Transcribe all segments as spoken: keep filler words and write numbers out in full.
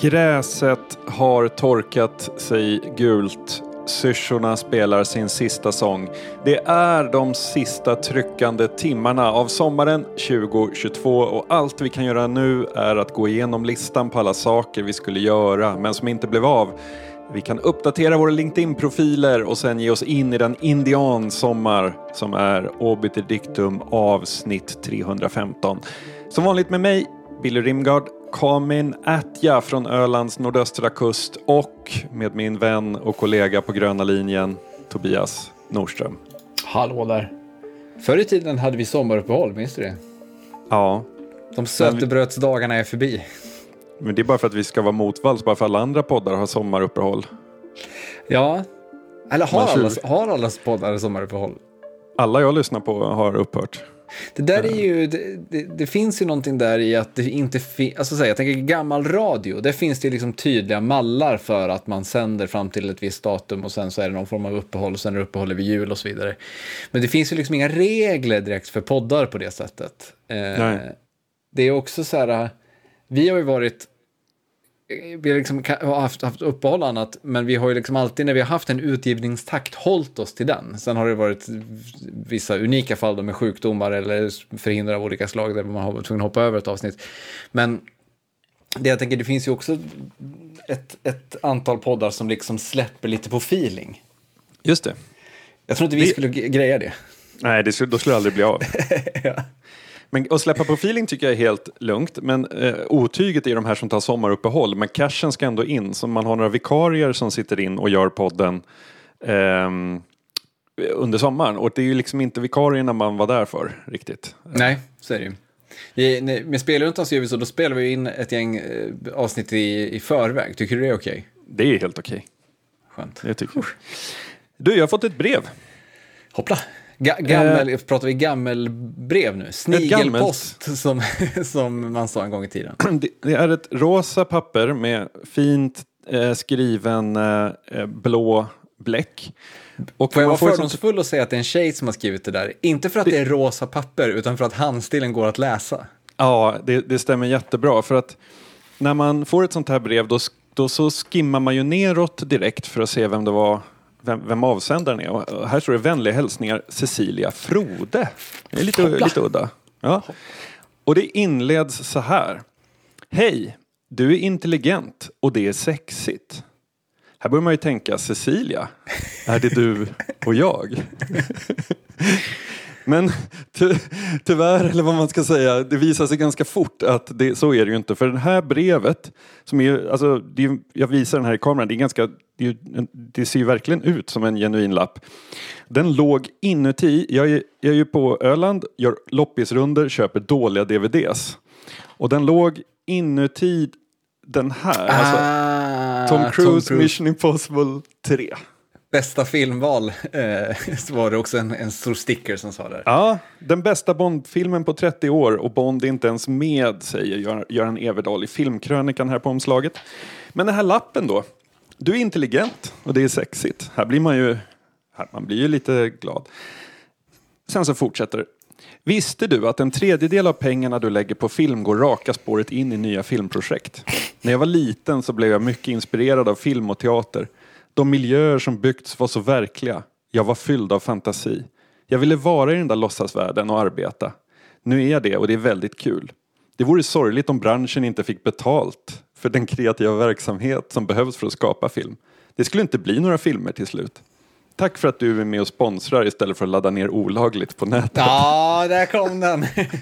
Gräset har torkat sig gult. Syrsorna spelar sin sista sång. Det är de sista tryckande timmarna av sommaren tjugo tjugotvå och allt vi kan göra nu är att gå igenom listan på alla saker vi skulle göra men som inte blev av. Vi kan uppdatera våra LinkedIn-profiler och sen ge oss in i den indiansommar som är Obiter Dictum avsnitt trehundrafemton. Som vanligt med mig, Billy Rimgard, Kamin Atja från Ölands nordöstra kust och med min vän och kollega på gröna linjen, Tobias Nordström. Hallå där. Förr i tiden hade vi sommaruppehåll, minns du det? Ja. De sötebrödsdagarna är förbi. Men det är bara för att vi ska vara motvalls, bara för alla andra poddar har sommaruppehåll. Ja, eller har alla, har alla poddar sommaruppehåll? Alla jag lyssnar på har upphört. Det där är ju, det, det, det finns ju någonting där i att det inte finns, alltså så här, jag tänker gammal radio, där finns det liksom tydliga mallar för att man sänder fram till ett visst datum och sen så är det någon form av uppehåll och sen är det uppehåll vid jul och så vidare. Men det finns ju liksom inga regler direkt för poddar på det sättet. Eh, det är också så här, vi har ju varit, vi har liksom haft, haft uppehåll annat, men vi har ju liksom alltid när vi har haft en utgivningstakt hållit oss till den. Sen har det varit vissa unika fall då med sjukdomar eller förhinder av olika slag där man har varit tvungen att hoppa över ett avsnitt. Men det jag tänker, det finns ju också ett, ett antal poddar som liksom släpper lite på feeling. Just det. Jag tror inte vi det... skulle greja det. Nej, det skulle, då skulle det aldrig bli av. Ja. Men att släppa på feeling tycker jag är helt lugnt. Men eh, otyget är de här som tar sommaruppehåll. Men cashen ska ändå in. Så man har några vikarier som sitter in och gör podden eh, under sommaren. Och det är ju liksom inte vikarierna man var där för riktigt. Nej, så är det ju. I, med spelruntan så gör vi så. Då spelar vi in ett gäng eh, avsnitt i, i förväg. Tycker du det är okej? Okay? Det är helt okej. Okay. Skönt. Det tycker jag. Du, jag har fått ett brev. Hoppla. Ga- gammel, eh, pratar vi gammelbrev nu? Snigelpost som, som man sa en gång i tiden. Det, det är ett rosa papper med fint eh, skriven eh, blå bläck. Och får jag vara fördomsfull sånt... och säga att det är en tjej som har skrivit det där? Inte för att det, det är rosa papper utan för att handstilen går att läsa. Ja, det, det stämmer jättebra. För att när man får ett sånt här brev då, då så skimmar man ju neråt direkt för att se vem det var. Vem, vem avsändaren är. Och här står det vänliga hälsningar Cecilia Frode. Det är lite, lite udda. Ja. Och det inleds så här. Hej, du är intelligent och det är sexigt. Här börjar man ju tänka, Cecilia, är det du och jag? Men ty, tyvärr, eller vad man ska säga, det visar sig ganska fort att det, så är det ju inte. För det här brevet, som är, alltså, det, jag visar den här i kameran, det, är ganska, det, det ser ju verkligen ut som en genuin lapp. Den låg inuti, jag är, jag är ju på Öland, gör loppisrunder, köper dåliga D V Ds. Och den låg inuti den här, ah, alltså Tom Cruise, Tom Cruise Mission Impossible tre. Bästa filmval eh, så var det också en, en stor sticker som sa där. Ja, den bästa Bond-filmen på trettio år och Bond är inte ens med, säger Göran Everdahl i filmkrönikan här på omslaget. Men den här lappen då, du är intelligent och det är sexigt. Här blir man ju, här, man blir ju lite glad. Sen så fortsätter. Visste du att en tredjedel av pengarna du lägger på film går raka spåret in i nya filmprojekt? När jag var liten så blev jag mycket inspirerad av film och teater. De miljöer som byggts var så verkliga. Jag var fylld av fantasi. Jag ville vara i den där låtsasvärlden och arbeta. Nu är jag det och det är väldigt kul. Det vore sorgligt om branschen inte fick betalt för den kreativa verksamhet som behövs för att skapa film. Det skulle inte bli några filmer till slut. Tack för att du är med och sponsrar istället för att ladda ner olagligt på nätet. Ja, där kom den.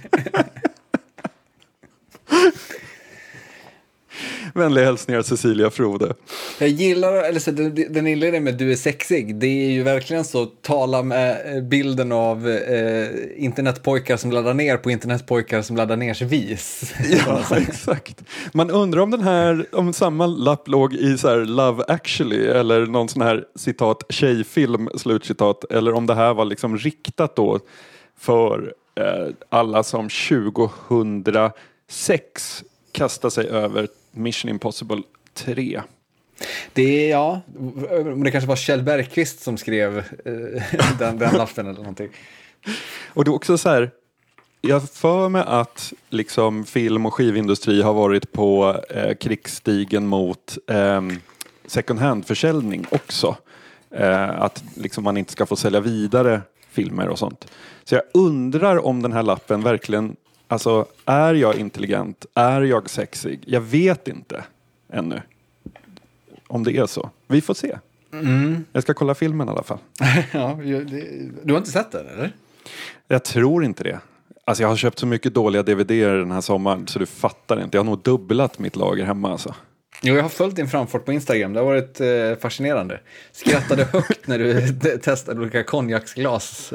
Vänliga hälsningar Cecilia Frode. Jag gillar, eller så, den inleder med du är sexig. Det är ju verkligen så, tala med bilden av eh, internetpojkar som laddar ner på internetpojkar som laddar ner sig vis. Ja, exakt. Man undrar om den här, om samma lapp låg i så här Love Actually eller någon sån här citat tjejfilm, slutcitat, eller om det här var liksom riktat då för eh, alla som tjugohundrasex kastar sig över Mission Impossible tre. Det är, ja, det kanske var Kjell Bergqvist som skrev eh, den, den lappen eller någonting. Och det är också så här, jag för mig att liksom film- och skivindustri har varit på eh, krigsstigen mot eh, second hand-försäljning också. Eh, att liksom man inte ska få sälja vidare filmer och sånt. Så jag undrar om den här lappen verkligen, alltså är jag intelligent? Är jag sexig? Jag vet inte ännu om det är så. Vi får se. Mm. Jag ska kolla filmen i alla fall. Ja, det, du har inte sett den, eller? Jag tror inte det. Alltså jag har köpt så mycket dåliga D V D-er den här sommaren så du fattar inte. Jag har nog dubblat mitt lager hemma alltså. Jo, jag har följt din framfart på Instagram. Det har varit eh, fascinerande. Skrattade högt när du testade olika konjaksglas.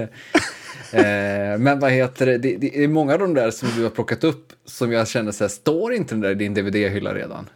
eh, men vad heter det? det? Det är många av de där som du har plockat upp som jag känner så här, står inte den där i din D V D-hylla redan?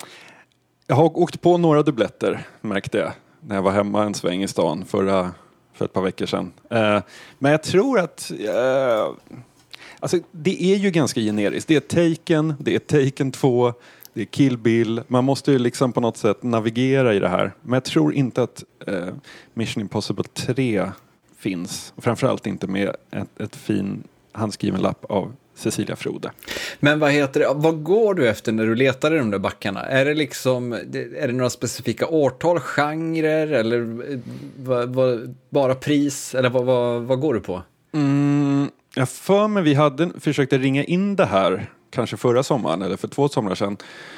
Jag har åkt på några dubbletter, märkte jag. När jag var hemma en sväng i stan förra, för ett par veckor sedan. Eh, men jag tror att... Eh, alltså det är ju ganska generiskt. Det är Taken, det är Taken två... Det är Kill Bill. Man måste ju liksom på något sätt navigera i det här. Men jag tror inte att eh, Mission Impossible tre finns. Och framförallt inte med ett, ett fin handskriven lapp av Cecilia Frode. Men vad heter det? Vad går du efter när du letar i de där backarna? Är det liksom, är det några specifika årtal, genrer eller vad, vad, bara pris? Eller vad, vad, vad går du på? Mm, jag för mig vi hade försökte ringa in det här kanske förra sommaren eller för två somrar sedan.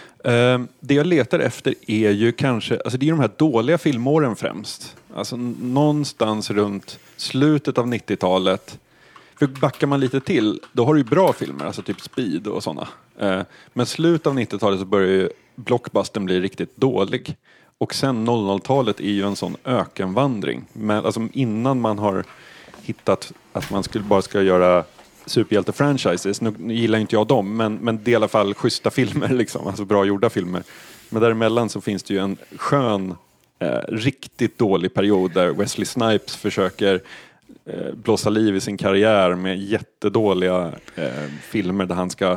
Uh, det jag letar efter är ju kanske, alltså det är de här dåliga filmåren främst. Alltså någonstans runt slutet av nittiotalet. För backar man lite till, då har du ju bra filmer, alltså typ Speed och sådana. Uh, men slutet av nittiotalet så börjar ju blockbustern bli riktigt dålig. Och sen noll noll-talet är ju en sån ökenvandring. Men alltså innan man har hittat att man skulle bara ska göra superhjälte-franchises. Nu, nu gillar inte jag dem, men, men det är i alla fall schyssta filmer, liksom, alltså bra gjorda filmer. Men däremellan så finns det ju en skön, eh, riktigt dålig period där Wesley Snipes försöker eh, blåsa liv i sin karriär med jättedåliga eh, filmer där han ska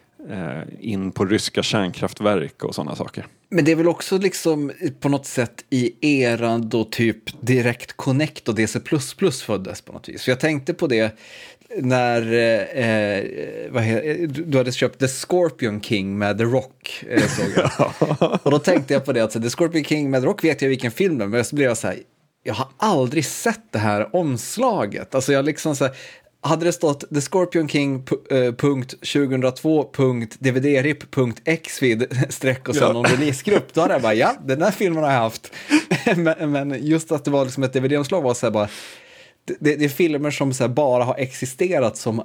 eh, in på ryska kärnkraftverk och sådana saker. Men det är väl också liksom på något sätt i eran då typ Direct Connect och D C plus plus föddes på något vis. För jag tänkte på det när eh, vad heter, du hade köpt The Scorpion King med The Rock, eh, såg jag. Och då tänkte jag på det, alltså, The Scorpion King med The Rock vet jag vilken film det är, men så blev jag så här, jag har aldrig sett det här omslaget. Alltså jag liksom så här, hade det stått The Scorpion King punkt tjugohundratvå punkt d v d r i p punkt x vid streck och sen någon releasegrupp, då hade jag bara, ja, den här filmen har jag haft. men, men just att det var liksom ett D V D-omslag var så här bara, det, det är filmer som så här bara har existerat som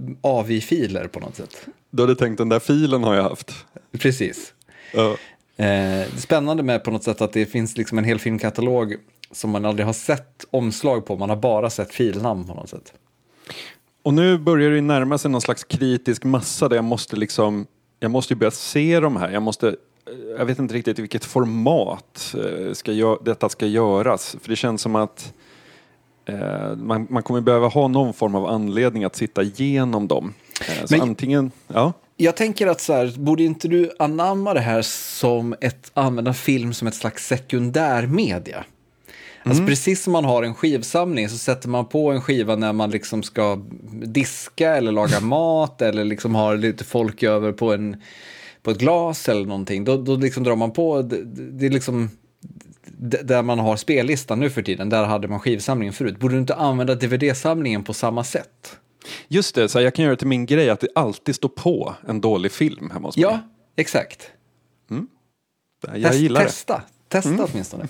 A V I-filer på något sätt. Du hade tänkt, den där filen har jag haft. Precis. Uh. Eh, det är spännande med på något sätt att det finns liksom en hel filmkatalog som man aldrig har sett omslag på, man har bara sett filnamn på något sätt. Och nu börjar det närma sig någon slags kritisk massa där jag måste liksom, jag måste ju börja se de här. Jag måste, jag vet inte riktigt i vilket format ska jag, detta ska göras. För det känns som att eh, man, man kommer behöva ha någon form av anledning att sitta igenom dem. Eh, så Men, antingen, ja. Jag tänker att så här, borde inte du anamma det här som ett, använda film som ett slags sekundärmedia? Alltså mm. precis som man har en skivsamling så sätter man på en skiva när man liksom ska diska eller laga mat eller liksom har lite folk över på, en, på ett glas eller någonting. Då, då liksom drar man på, det, det är liksom där man har spellistan nu för tiden, där hade man skivsamlingen förut. Borde du inte använda D V D-samlingen på samma sätt? Just det, så jag kan göra till min grej att det alltid står på en dålig film hemma hos mig. Ja, exakt. Mm. Jag Test, gillar testa. det. Testa mm. åtminstone.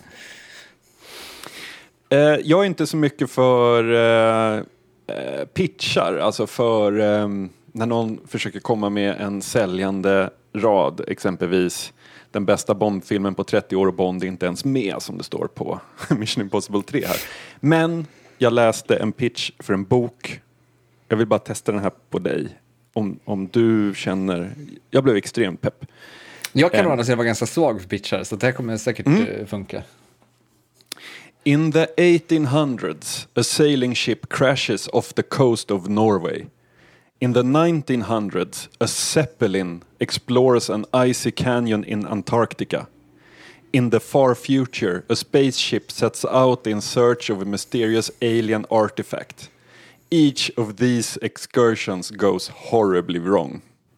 Jag är inte så mycket för uh, pitchar, alltså för um, när någon försöker komma med en säljande rad, exempelvis den bästa Bond-filmen på trettio år och Bond är inte ens med, som det står på Mission Impossible tre här. Men jag läste en pitch för en bok. Jag vill bara testa den här på dig. Om, om du känner... Jag blev extremt pepp. Jag kan um, vara ganska svag för pitchar, så det här kommer säkert mm. funka. In the eighteen hundreds, a sailing ship crashes off the coast of Norway. In the nineteen hundreds, a zeppelin explores an icy canyon in Antarctica. In the far future, a spaceship sets out in search of a mysterious alien artifact. each of these excursions goes horribly wrong.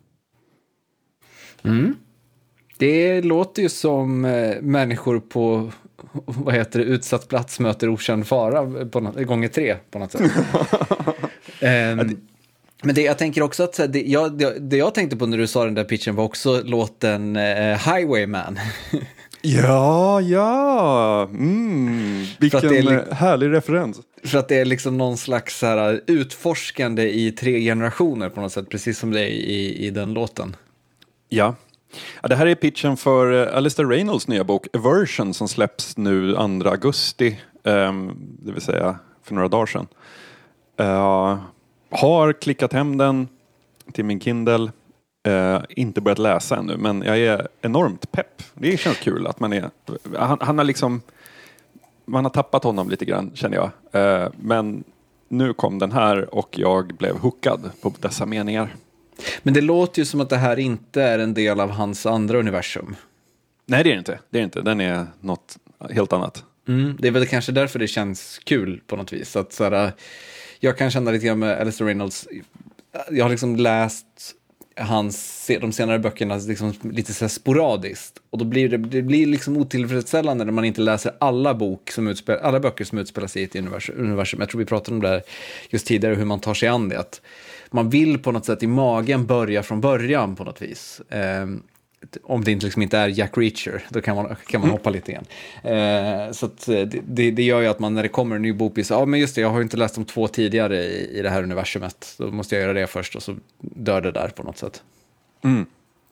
Mm. Det låter ju som eh, människor på vad heter det, utsatt plats möter okänd fara på något, gånger tre på något sätt. um, men det, jag tänker också att det jag, det, det jag tänkte på när du sa den där pitchen var också låten eh, Highwayman. Ja, ja. Mm, vilken li- härlig referens. För att det är liksom någon slags så här, utforskande i tre generationer på något sätt, precis som det är i, i den låten. Ja. Ja, det här är pitchen för Alistair Reynolds nya bok Aversion som släpps nu andra augusti, um, det vill säga för några dagar sedan. Uh, har klickat hem den till min Kindle, uh, inte börjat läsa ännu, men jag är enormt pepp. Det känns kul att man är, han, han har liksom, man har tappat honom lite grann känner jag, uh, men nu kom den här och jag blev hookad på dessa meningar. Men det låter ju som att det här inte är en del av hans andra universum. Nej, det är det inte. Det är inte. Den är något helt annat. Mm, det är väl kanske därför det känns kul på något vis. Att, såhär, jag kan känna lite grann med Alistair Reynolds. Jag har liksom läst hans, de senare böckerna liksom lite så här sporadiskt. Och då blir det, det blir liksom otillfredsställande när man inte läser alla, bok som utspel, alla böcker som utspelar sig i ett universum. Jag tror vi pratade om det här just tidigare, hur man tar sig an det. Att man vill på något sätt i magen börja från början på något vis. Eh, om det inte, liksom inte är Jack Reacher, då kan man, kan man hoppa lite igen. Eh, så att det, det gör ju att man när det kommer en ny bok så, ja men just det, jag har ju inte läst de två tidigare i, i det här universumet. Då måste jag göra det först och så dör det där på något sätt. Mm.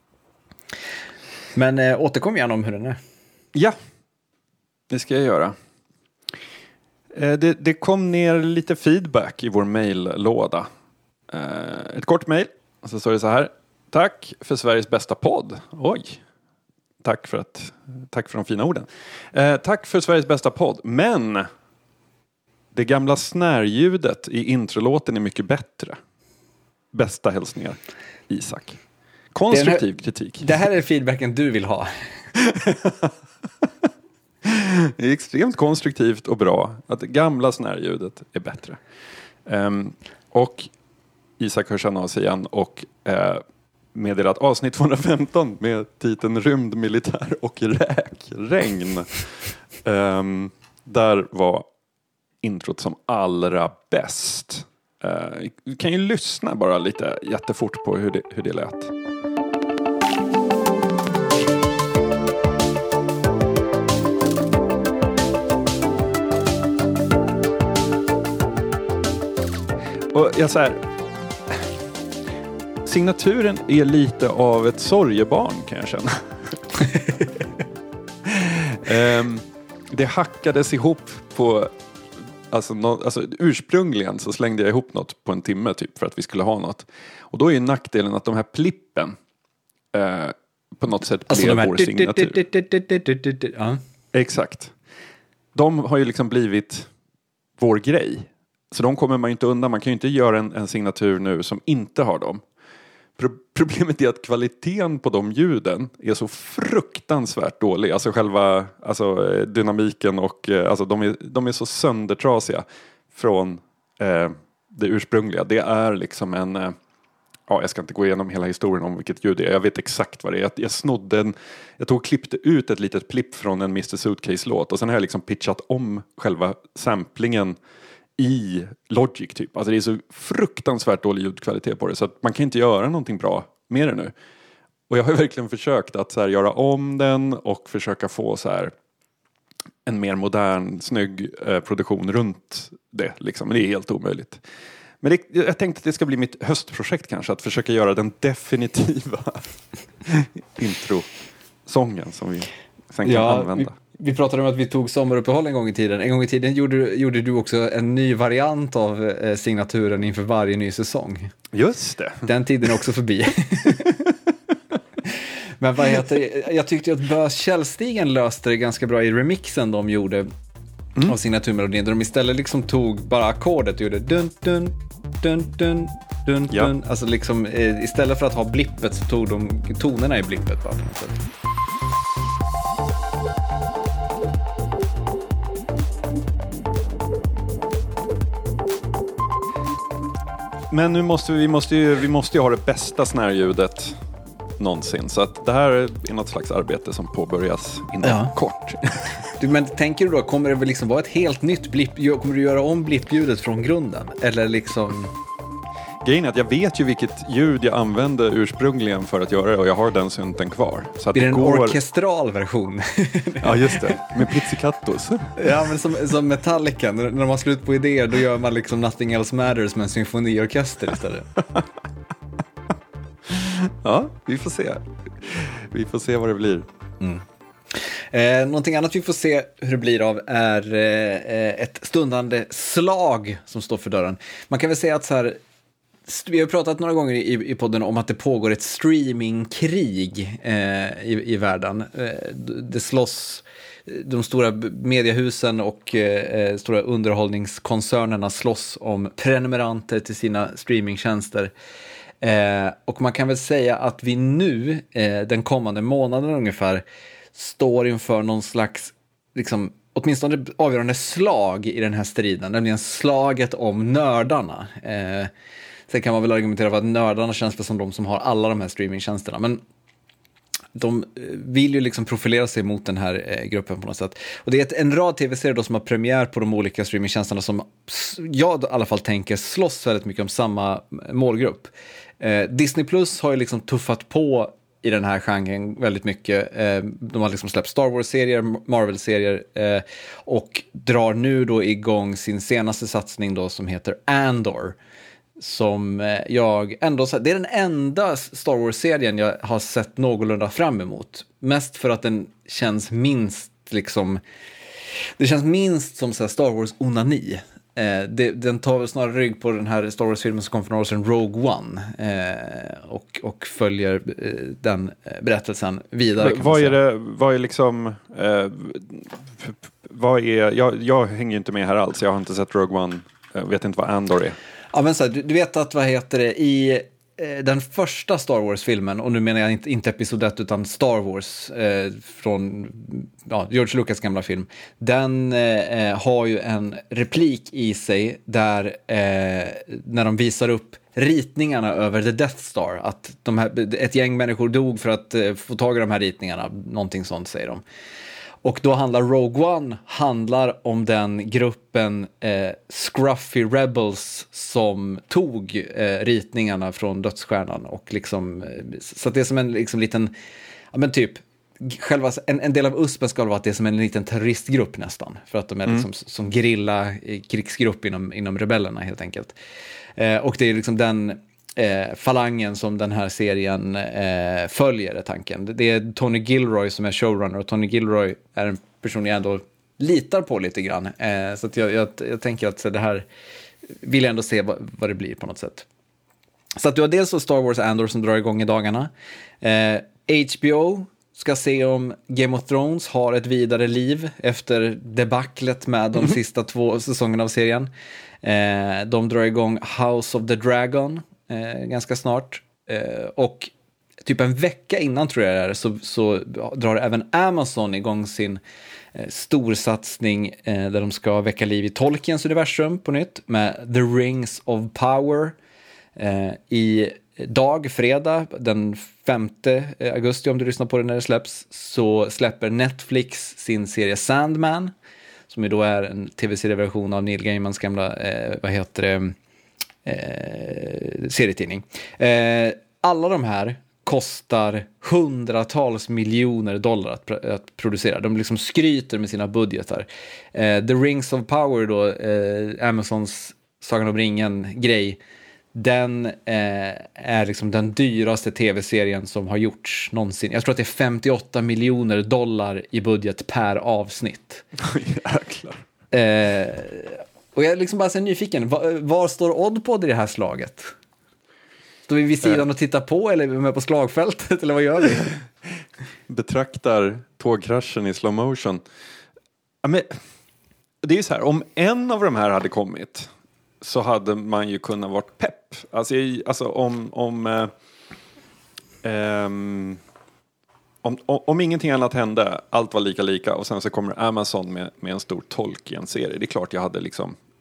Men eh, återkom gärna om hur den är. Ja, det ska jag göra. Eh, det, det kom ner lite feedback i vår mejllåda. Uh, ett kort mejl, och så står det så här: tack för Sveriges bästa podd. Oj, tack för, att, tack för de fina orden. Uh, tack för Sveriges bästa podd, men det gamla snärljudet i introlåten är mycket bättre. Bästa hälsningar, Isak. Konstruktiv här, kritik. Det här är feedbacken du vill ha. Det är extremt konstruktivt och bra att det gamla snärljudet är bättre. Um, och Isak hör känna av sig igen och eh, meddelar att avsnitt tvåhundrafemton med titeln Rymd, militär och räkregn. Um, där var introt som allra bäst. Uh, vi kan ju lyssna bara lite jättefort på hur det, hur det lät. Och jag så här, signaturen är lite av ett sorgebarn kan jag känna. um, det hackades ihop på, alltså, no, alltså ursprungligen så slängde jag ihop något på en timme typ för att vi skulle ha något. Och då är ju nackdelen att de här plippen uh, på något sätt alltså blev de här vår signatur. Ja. Exakt. De har ju liksom blivit vår grej. Så de kommer man ju inte undan. Man kan ju inte göra en, en signatur nu som inte har dem. Pro- problemet är att kvaliteten på de ljuden är så fruktansvärt dålig. Alltså själva alltså, dynamiken och alltså, de, är, de är så söndertrasiga från eh, det ursprungliga. Det är liksom en... Eh, ja, jag ska inte gå igenom hela historien om vilket ljud det är. Jag vet exakt vad det är. Jag, jag snodde en... Jag tog och klippte ut ett litet klipp från en mister Suitcase-låt. Och sen har jag liksom pitchat om själva samplingen i Logic typ. Alltså det är så fruktansvärt dålig ljudkvalitet på det så att man kan inte göra någonting bra med det nu. Och jag har verkligen försökt att så här, göra om den och försöka få så här en mer modern, snygg eh, produktion runt det liksom. Men det är helt omöjligt. Men det, jag tänkte att det ska bli mitt höstprojekt kanske, att försöka göra den definitiva intro-sången som vi sen kan ja, använda. Vi... Vi pratade om att vi tog sommaruppehåll en gång i tiden. En gång i tiden gjorde, gjorde du också en ny variant av eh, signaturen inför varje ny säsong. Just det. Den tiden är också förbi. Men vad heter, jag tyckte att Bös Källstigen löste det ganska bra i remixen de gjorde mm. av signaturmelodin. Där de istället liksom tog bara ackordet och gjorde dun dun dun dun dun ja. dun. Alltså liksom eh, istället för att ha blippet så tog de tonerna i blippet bara på något sätt. Men nu måste vi, vi, måste ju, vi måste ju ha det bästa snärljudet någonsin. Så att det här är något slags arbete som påbörjas inom ja. kort. Du, men tänker du då, kommer det väl liksom vara ett helt nytt blipp? Kommer du göra om blippljudet från grunden? Eller liksom... Grejen är att jag vet ju vilket ljud jag använde ursprungligen för att göra det och jag har den synten kvar. Så att det är det en går... orkestral version. Ja, just det. Med pizzicattos. Ja, men som, som Metallica. När, när de har slut på idéer, då gör man liksom Nothing Else Matters med en symfoniorkester istället. Ja, vi får se. Vi får se vad det blir. Mm. Eh, någonting annat vi får se hur det blir av är eh, ett stundande slag som står för dörren. Man kan väl säga att så här, vi har pratat några gånger i, i podden om att det pågår ett streamingkrig eh, i, i världen. Eh, det slåss, de stora mediehusen och eh, stora underhållningskoncernerna slåss om prenumeranter till sina streamingtjänster. Eh, och man kan väl säga att vi nu, eh, den kommande månaden ungefär, står inför någon slags, liksom, åtminstone avgörande slag i den här striden, nämligen slaget om nördarna. Eh, sen kan man väl argumentera för att nördarna känns som de som har alla de här streamingtjänsterna, men de vill ju liksom profilera sig mot den här eh, gruppen på något sätt. Och det är ett, en rad tv-serier då som har premiär på de olika streamingtjänsterna som jag i alla fall tänker slåss väldigt mycket om samma målgrupp. Eh, Disney Plus har ju liksom tuffat på i den här genren väldigt mycket. Eh, de har liksom släppt Star Wars-serier, Marvel-serier eh, och drar nu då igång sin senaste satsning då som heter Andor. Som eh, jag ändå, det är den enda Star Wars-serien jag har sett någorlunda fram emot. Mest för att den känns minst liksom, det känns minst som så här Star Wars-onani. Eh, det, den tar snarare rygg på den här Star Wars-filmen som kom för några år sedan, Rogue One, eh, och, och följer eh, den berättelsen vidare. Kan vad är det, vad är liksom eh, vad är, jag, jag hänger ju inte med här alls, jag har inte sett Rogue One, jag vet inte vad Andor är. Ja, men så här, du, du vet att, vad heter det, i eh, den första Star Wars-filmen, och nu menar jag inte, inte episod ett utan Star Wars eh, från ja, George Lucas gamla film, den eh, har ju en replik i sig där eh, när de visar upp ritningarna över The Death Star, att de här, ett gäng människor dog för att eh, få tag i de här ritningarna, någonting sånt säger de. Och då handlar Rogue One handlar om den gruppen eh, Scruffy Rebels som tog eh, ritningarna från dödsstjärnan och liksom, eh, så att det är som en liksom liten, ja men typ själva, en, en del av U S P ska vara att det är som en liten terroristgrupp nästan, för att de är mm. liksom som gerilla krigsgrupp inom, inom rebellerna helt enkelt. Eh, och det är liksom den Eh, falangen som den här serien eh, följer är tanken. Det är Tony Gilroy som är showrunner, och Tony Gilroy är en person jag ändå litar på lite grann. Eh, så att jag, jag, jag tänker att så det här vill jag ändå se vad, vad det blir på något sätt. Så att du har dels Star Wars Andor som drar igång i dagarna. Eh, H B O ska se om Game of Thrones har ett vidare liv efter debaclet med de mm. sista två säsongerna av serien. Eh, de drar igång House of the Dragon Eh, ganska snart, eh, och typ en vecka innan tror jag det är, så, så drar även Amazon igång sin eh, storsatsning eh, där de ska väcka liv i Tolkiens universum på nytt med The Rings of Power. Eh, i dag, fredag den femte augusti, om du lyssnar på det när det släpps, så släpper Netflix sin serie Sandman, som ju då är en tv-serieversion av Neil Gaimans gamla eh, vad heter det Eh, serietidning. Eh, alla de här kostar hundratals miljoner dollar att, att producera. De liksom skryter med sina budgetar. Eh, The Rings of Power då, eh, Amazons Sagan om ringen-grej, den eh, är liksom den dyraste tv-serien som har gjorts någonsin. Jag tror att det är femtioåtta miljoner dollar i budget per avsnitt. Jäklar. Eh, Och jag är liksom bara så nyfiken. Var, var står Oddpod i det här slaget? Står vi vid sidan och tittar på, eller är vi med på slagfältet, eller vad gör vi? Betraktar tågkraschen i slow motion. Ja, men, det är ju så här, om en av de här hade kommit så hade man ju kunnat vara pepp. Alltså, alltså om... om eh, ehm, Om, om ingenting annat hände, allt var lika lika, och sen så kommer Amazon med, med en stor Tolkien-serie. Det är klart jag hade liksom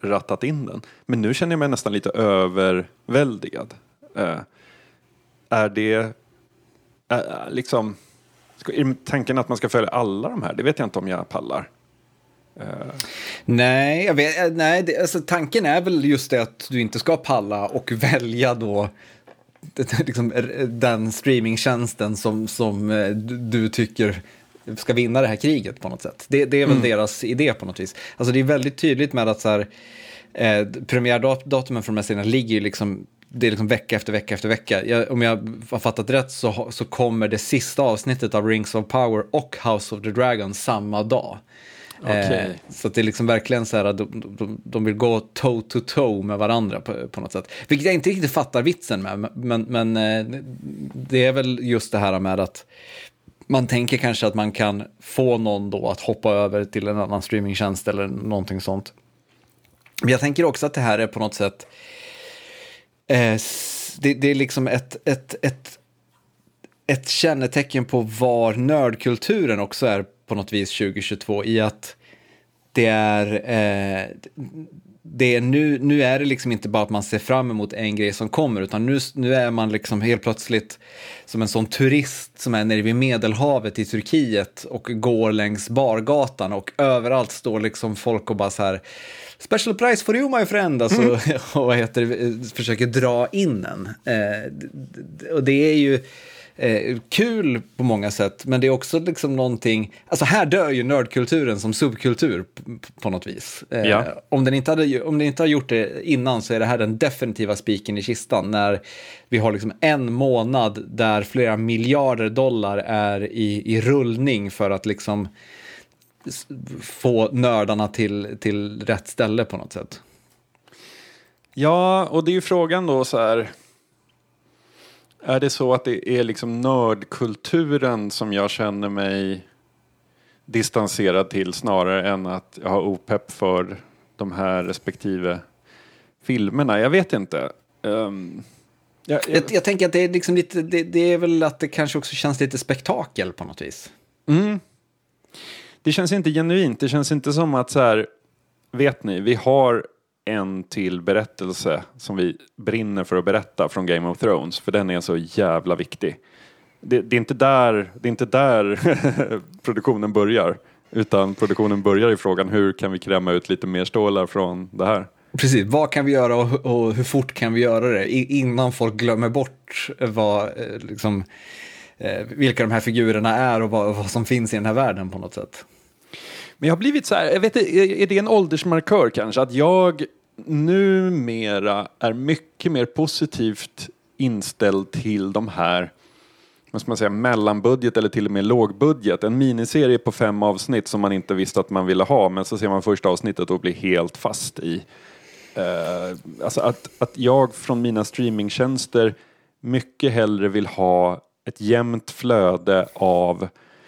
rattat in den. Men nu känner jag mig nästan lite överväldigad. Uh, är det uh, liksom... Är tanken att man ska följa alla de här? Det vet jag inte om jag pallar. Uh. Nej, jag vet, nej det, alltså, tanken är väl just det att du inte ska palla och välja då liksom, den streamingtjänsten som, som du tycker ska vinna det här kriget på något sätt. Det, det är väl mm. deras idé på något vis. Alltså det är väldigt tydligt med att så här, eh, premiärdatumen för de här serierna ligger ju liksom, det är liksom vecka efter vecka efter vecka. Jag, om jag har fattat rätt så, så kommer det sista avsnittet av Rings of Power och House of the Dragon samma dag. Okay. Eh, så att det är liksom verkligen så här att de, de, de vill gå toe to toe med varandra på, på något sätt. Vilket jag inte riktigt fattar vitsen med. Men, men eh, det är väl just det här med att man tänker kanske att man kan få någon då att hoppa över till en annan streamingtjänst eller någonting sånt. Men jag tänker också att det här är på något sätt eh, det, det är liksom ett, ett, ett, ett kännetecken på var nördkulturen också är på något vis tjugo tjugotvå i att det är eh, det är nu, nu är det liksom inte bara att man ser fram emot en grej som kommer, utan nu, nu är man liksom helt plötsligt som en sån turist som är nere vid Medelhavet i Turkiet och går längs bargatan och överallt står liksom folk och bara så här special price for you my friend, alltså, mm. och vad heter det, försöker dra in en. Eh, och det är ju Eh, kul på många sätt, men det är också liksom någonting, alltså här dör ju nördkulturen som subkultur p- på något vis. Eh, ja. om, den inte hade, om den inte har gjort det innan så är det här den definitiva spiken i kistan när vi har liksom en månad där flera miljarder dollar är i, i rullning för att liksom få nördarna till, till rätt ställe på något sätt. Ja, och det är ju frågan då så här, är det så att det är liksom nördkulturen som jag känner mig distanserad till snarare än att jag har opepp för de här respektive filmerna? Jag vet inte. Um, jag, jag... Jag, jag tänker att det är liksom lite, det, det är väl att det kanske också känns lite spektakel på något vis. Mm. Det känns inte genuint. Det känns inte som att så här, vet ni, vi har en till berättelse som vi brinner för att berätta från Game of Thrones, för den är så jävla viktig. Det, det är inte där, det är inte där produktionen börjar, utan produktionen börjar i frågan hur kan vi kräma ut lite mer stålar från det här. Precis, vad kan vi göra och, och hur fort kan vi göra det innan folk glömmer bort vad, liksom, vilka de här figurerna är och vad, vad som finns i den här världen på något sätt. Men jag har blivit så här, jag vet inte, är det en åldersmarkör kanske? Att jag numera är mycket mer positivt inställd till de här, vad ska man säga, mellanbudget eller till och med lågbudget. En miniserie på fem avsnitt som man inte visste att man ville ha, men så ser man första avsnittet och blir helt fast i. Uh, alltså att, att jag från mina streamingtjänster mycket hellre vill ha ett jämnt flöde av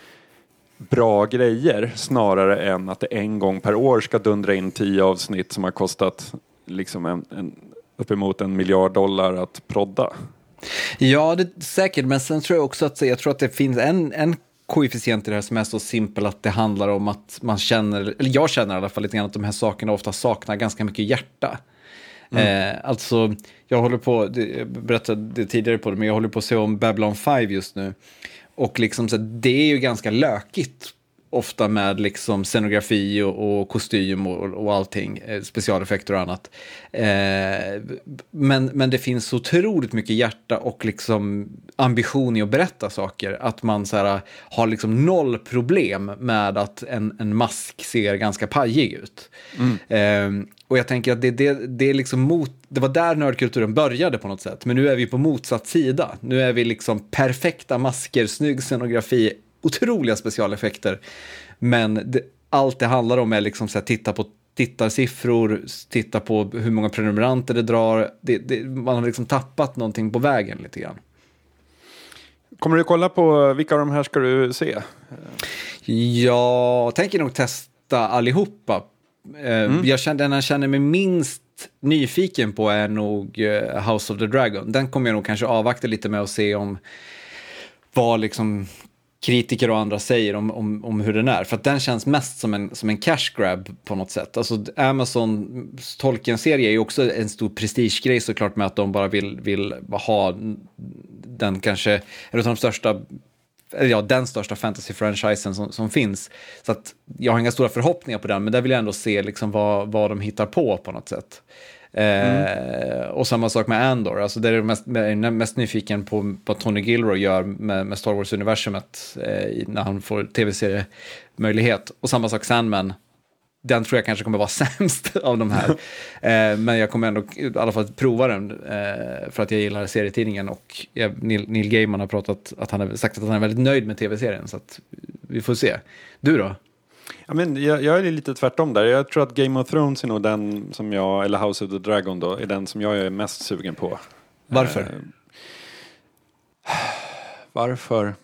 bra grejer snarare än att det en gång per år ska dundra in tio avsnitt som har kostat liksom en, en, uppemot en miljard dollar att prodda. Ja, det är säkert, men sen tror jag också att jag tror att det finns en, en koefficient i det här som är så simpel att det handlar om att man känner, eller jag känner i alla fall lite grann att de här sakerna ofta saknar ganska mycket hjärta. Mm. Eh, alltså, jag håller på, jag berättade det tidigare på det, men jag håller på att se om Babylon fem just nu. Och liksom så det är ju ganska lökigt ofta med liksom scenografi och, och kostym och, och allting, specialeffekter och annat. Eh, men, men det finns så otroligt mycket hjärta och liksom ambition i att berätta saker, att man så här, har liksom noll problem med att en, en mask ser ganska pajig ut. Mm. Eh, och jag tänker att det, det, det är liksom mot, det var där nördkulturen började på något sätt, men nu är vi på motsatt sida. Nu är vi liksom perfekta masker, snygg scenografi, otroliga specialeffekter, men det, allt det handlar om är liksom så här, titta på tittarsiffror, titta på hur många prenumeranter det drar. Det, det, man har liksom tappat någonting på vägen lite grann. Kommer du kolla på vilka av de här ska du se? Jag tänker nog testa allihopa. Mm. Jag känner, den jag känner mig minst nyfiken på är nog House of the Dragon. Den kommer jag nog kanske avvakta lite med och se om vad liksom kritiker och andra säger om, om, om hur den är. För att den känns mest som en, som en cash grab på något sätt. Alltså Amazon Tolkien-serie är ju också en stor prestigegrej såklart, med att de bara vill, vill ha den kanske, är det de största, ja, den största fantasy-franchisen som, som finns. Så att jag har inga stora förhoppningar på den, men där vill jag ändå se liksom vad, vad de hittar på på något sätt. Mm. Eh, och samma sak med Andor, alltså det är mest, mest nyfiken på vad Tony Gilroy gör med, med Star Wars-universumet eh, när han får tv-seriemöjlighet. Och samma sak Sandman, den tror jag kanske kommer vara sämst av de här. eh, men jag kommer ändå i alla fall prova den eh, för att jag gillar serietidningen, och jag, Neil, Neil Gaiman har pratat att han har sagt att han är väldigt nöjd med tv-serien, så att vi får se. Du då? Ja, men jag, jag är lite tvärtom där. Jag tror att Game of Thrones är nog den som jag, eller House of the Dragon då, är den som jag är mest sugen på. Varför? Eh, varför?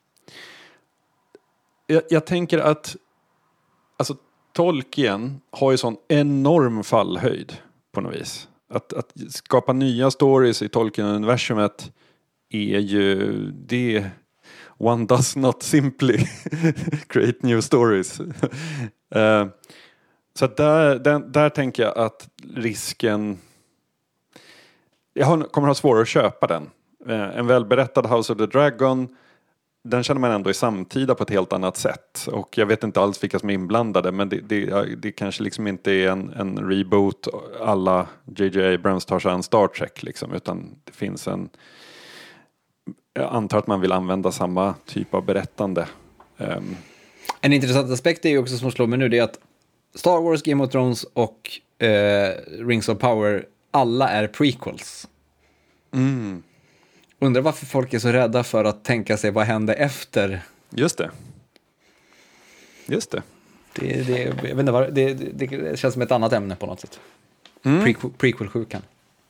Jag, jag tänker att alltså Tolkien har ju sån enorm fallhöjd på något vis. Att, att skapa nya stories i Tolkien-universumet är ju det... One does not simply create new stories. uh, så där, där, där tänker jag att risken... Jag har, kommer ha svårare att köpa den. Uh, en välberättad House of the Dragon, den känner man ändå i samtida på ett helt annat sätt. Och jag vet inte alls vilka som är inblandade, men det, det, det kanske liksom inte är en, en reboot alla J J Abrams tar sig an Star Trek liksom, utan det finns en... Jag antar att man vill använda samma typ av berättande. Um. En intressant aspekt är ju också som slår mig nu, det är att Star Wars, Game of Thrones och eh, Rings of Power, alla är prequels. Mm. Undrar varför folk är så rädda för att tänka sig vad hände efter. Just det. Just det. Det, det, jag vet inte vad, det, det, det känns som ett annat ämne på något sätt. Mm. Prequel, prequel-sjukan.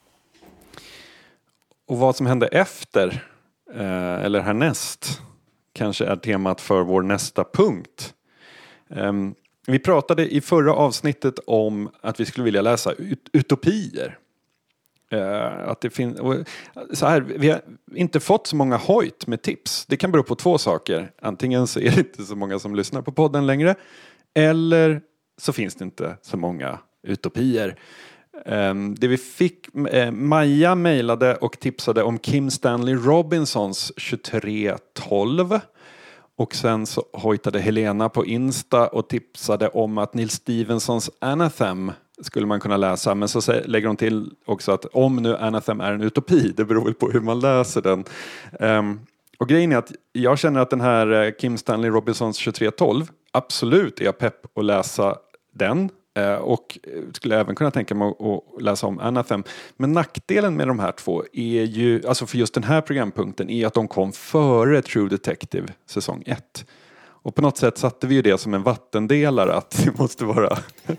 Och vad som hände efter... Uh, eller härnäst kanske är temat för vår nästa punkt. Um, vi pratade i förra avsnittet om att vi skulle vilja läsa ut- utopier. Uh, att det fin- och, så här, vi har inte fått så många hojt med tips. Det kan bero på två saker. Antingen så är det inte så många som lyssnar på podden längre, eller så finns det inte så många utopier. Um, det vi fick, uh, Maja mejlade och tipsade om Kim Stanley Robinsons tjugotre tolv, och sen så hojtade Helena på Insta och tipsade om att Neil Stephensons Anathem skulle man kunna läsa, men så lägger de till också att om nu Anathem är en utopi, det beror väl på hur man läser den. Um, och grejen är att jag känner att den här uh, Kim Stanley Robinsons tjugotre tolv, absolut är jag pepp att läsa den. Och skulle även kunna tänka mig att läsa om Anathem. Men nackdelen med de här två är ju, alltså för just den här programpunkten, är att de kom före True Detective säsong ett. Och på något sätt satte vi ju det som en vattendelare, att det måste vara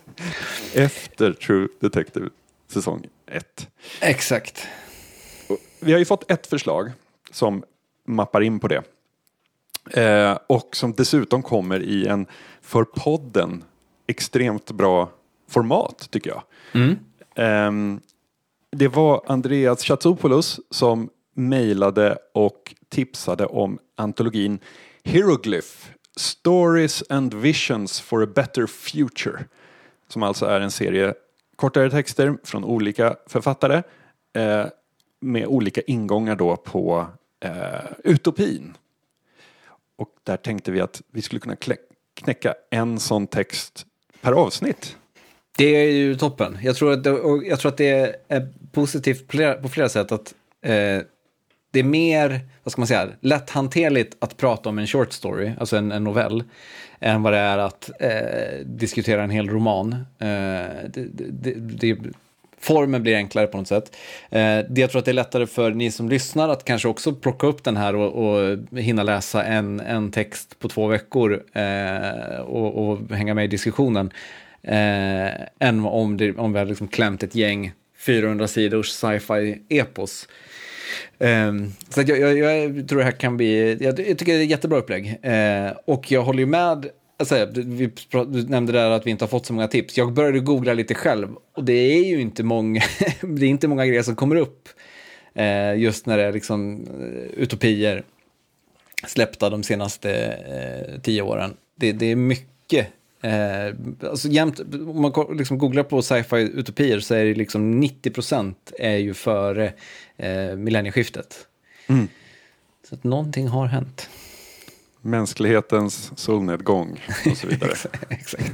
efter True Detective säsong ett. Exakt. Och vi har ju fått ett förslag som mappar in på det. Eh, och som dessutom kommer i en för podden extremt bra format, tycker jag. Mm. Um, det var Andreas Chatsopoulos som mejlade och tipsade om antologin Hieroglyph, Stories and Visions for a Better Future, som alltså är en serie kortare texter från olika författare eh, med olika ingångar då på eh, utopin. Och där tänkte vi att vi skulle kunna klä- knäcka en sån text per avsnitt. Det är ju toppen. Jag tror att det, och jag tror att det är positivt på flera, på flera sätt att eh, det är mer, vad ska man säga, lätthanterligt att prata om en short story, alltså en, en novell, än vad det är att eh, diskutera en hel roman. Eh, det, det, det, formen blir enklare på något sätt. Eh, det, jag tror att det är lättare för ni som lyssnar att kanske också plocka upp den här och, och hinna läsa en, en text på två veckor eh, och, och hänga med i diskussionen. Eh, än om, det, om vi hade liksom klämt ett gäng fyrahundra sidors sci-fi epos. Eh, så jag, jag, jag tror det här kan bli, jag, jag tycker det är ett jättebra upplägg. Eh, och jag håller ju med. Alltså, vi, du nämnde där att vi inte har fått så många tips. Jag började googla lite själv, och det är ju inte många det är inte många grejer som kommer upp eh, just när det är liksom utopier. släppta de senaste eh, tio åren. Det, det är mycket. Eh, alltså jämt, om man liksom googlar på sci-fi utopier så är det liksom nittio procent är ju före eh, millennieskiftet. Mm. Så att någonting har hänt. Mänsklighetens solnedgång och så vidare. Exakt.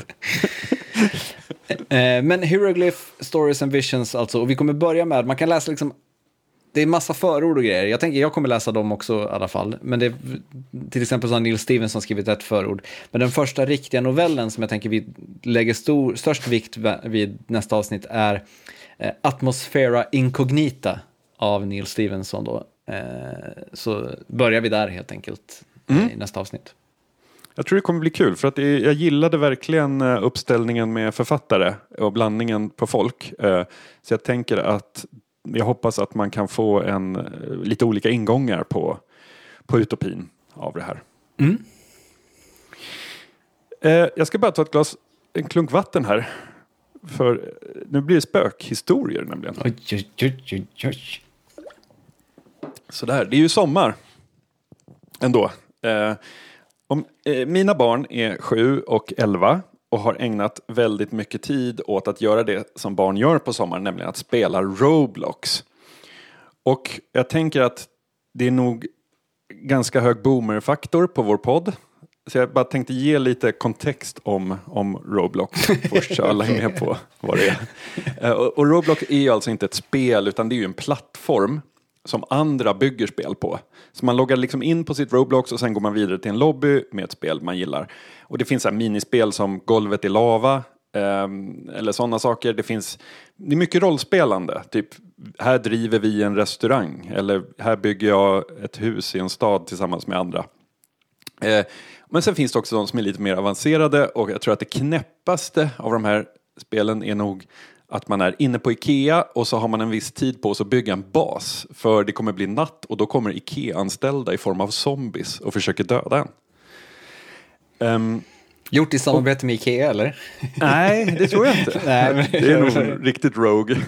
eh, men Hieroglyph, Stories and Visions alltså, och vi kommer börja med, man kan läsa liksom, det är massa förord och grejer. Jag tänker jag kommer läsa dem också i alla fall. Men det är, till exempel så har Neil Stevenson skrivit ett förord. Men den första riktiga novellen som jag tänker vi lägger stor, störst vikt vid nästa avsnitt är eh, Atmosfera Incognita av Neil Stevenson då. Eh, så börjar vi där helt enkelt mm. i nästa avsnitt. Jag tror det kommer bli kul för att det, jag gillade verkligen uppställningen med författare och blandningen på folk. Eh, så jag tänker att jag hoppas att man kan få en, lite olika ingångar på, på utopin av det här. Mm. Eh, jag ska bara ta ett glas, en klunk vatten här. För nu blir det spökhistorier nämligen. Oj, oj, oj, oj, oj. Sådär, det är ju sommar ändå. Eh, om, eh, mina barn är sju och elva. Och har ägnat väldigt mycket tid åt att göra det som barn gör på sommaren. Nämligen att spela Roblox. Och jag tänker att det är nog ganska hög boomer-faktor på vår podd. Så jag bara tänkte ge lite kontext om, om Roblox. Först så alla är med på vad det är. Och, och Roblox är ju alltså inte ett spel utan det är ju en plattform som andra bygger spel på. Så man loggar liksom in på sitt Roblox och sen går man vidare till en lobby med ett spel man gillar. Och det finns så här minispel som Golvet i lava eh, eller sådana saker. Det finns det är mycket rollspelande. Typ här driver vi en restaurang eller här bygger jag ett hus i en stad tillsammans med andra. Eh, men sen finns det också de som är lite mer avancerade och jag tror att det knäppaste av de här spelen är nog att man är inne på Ikea och så har man en viss tid på sig att bygga en bas. För det kommer bli natt och då kommer Ikea-anställda i form av zombies och försöker döda en. Um, Gjort i samarbete och, med Ikea, eller? Nej, det tror jag inte. Nej, men det är nog riktigt rogue.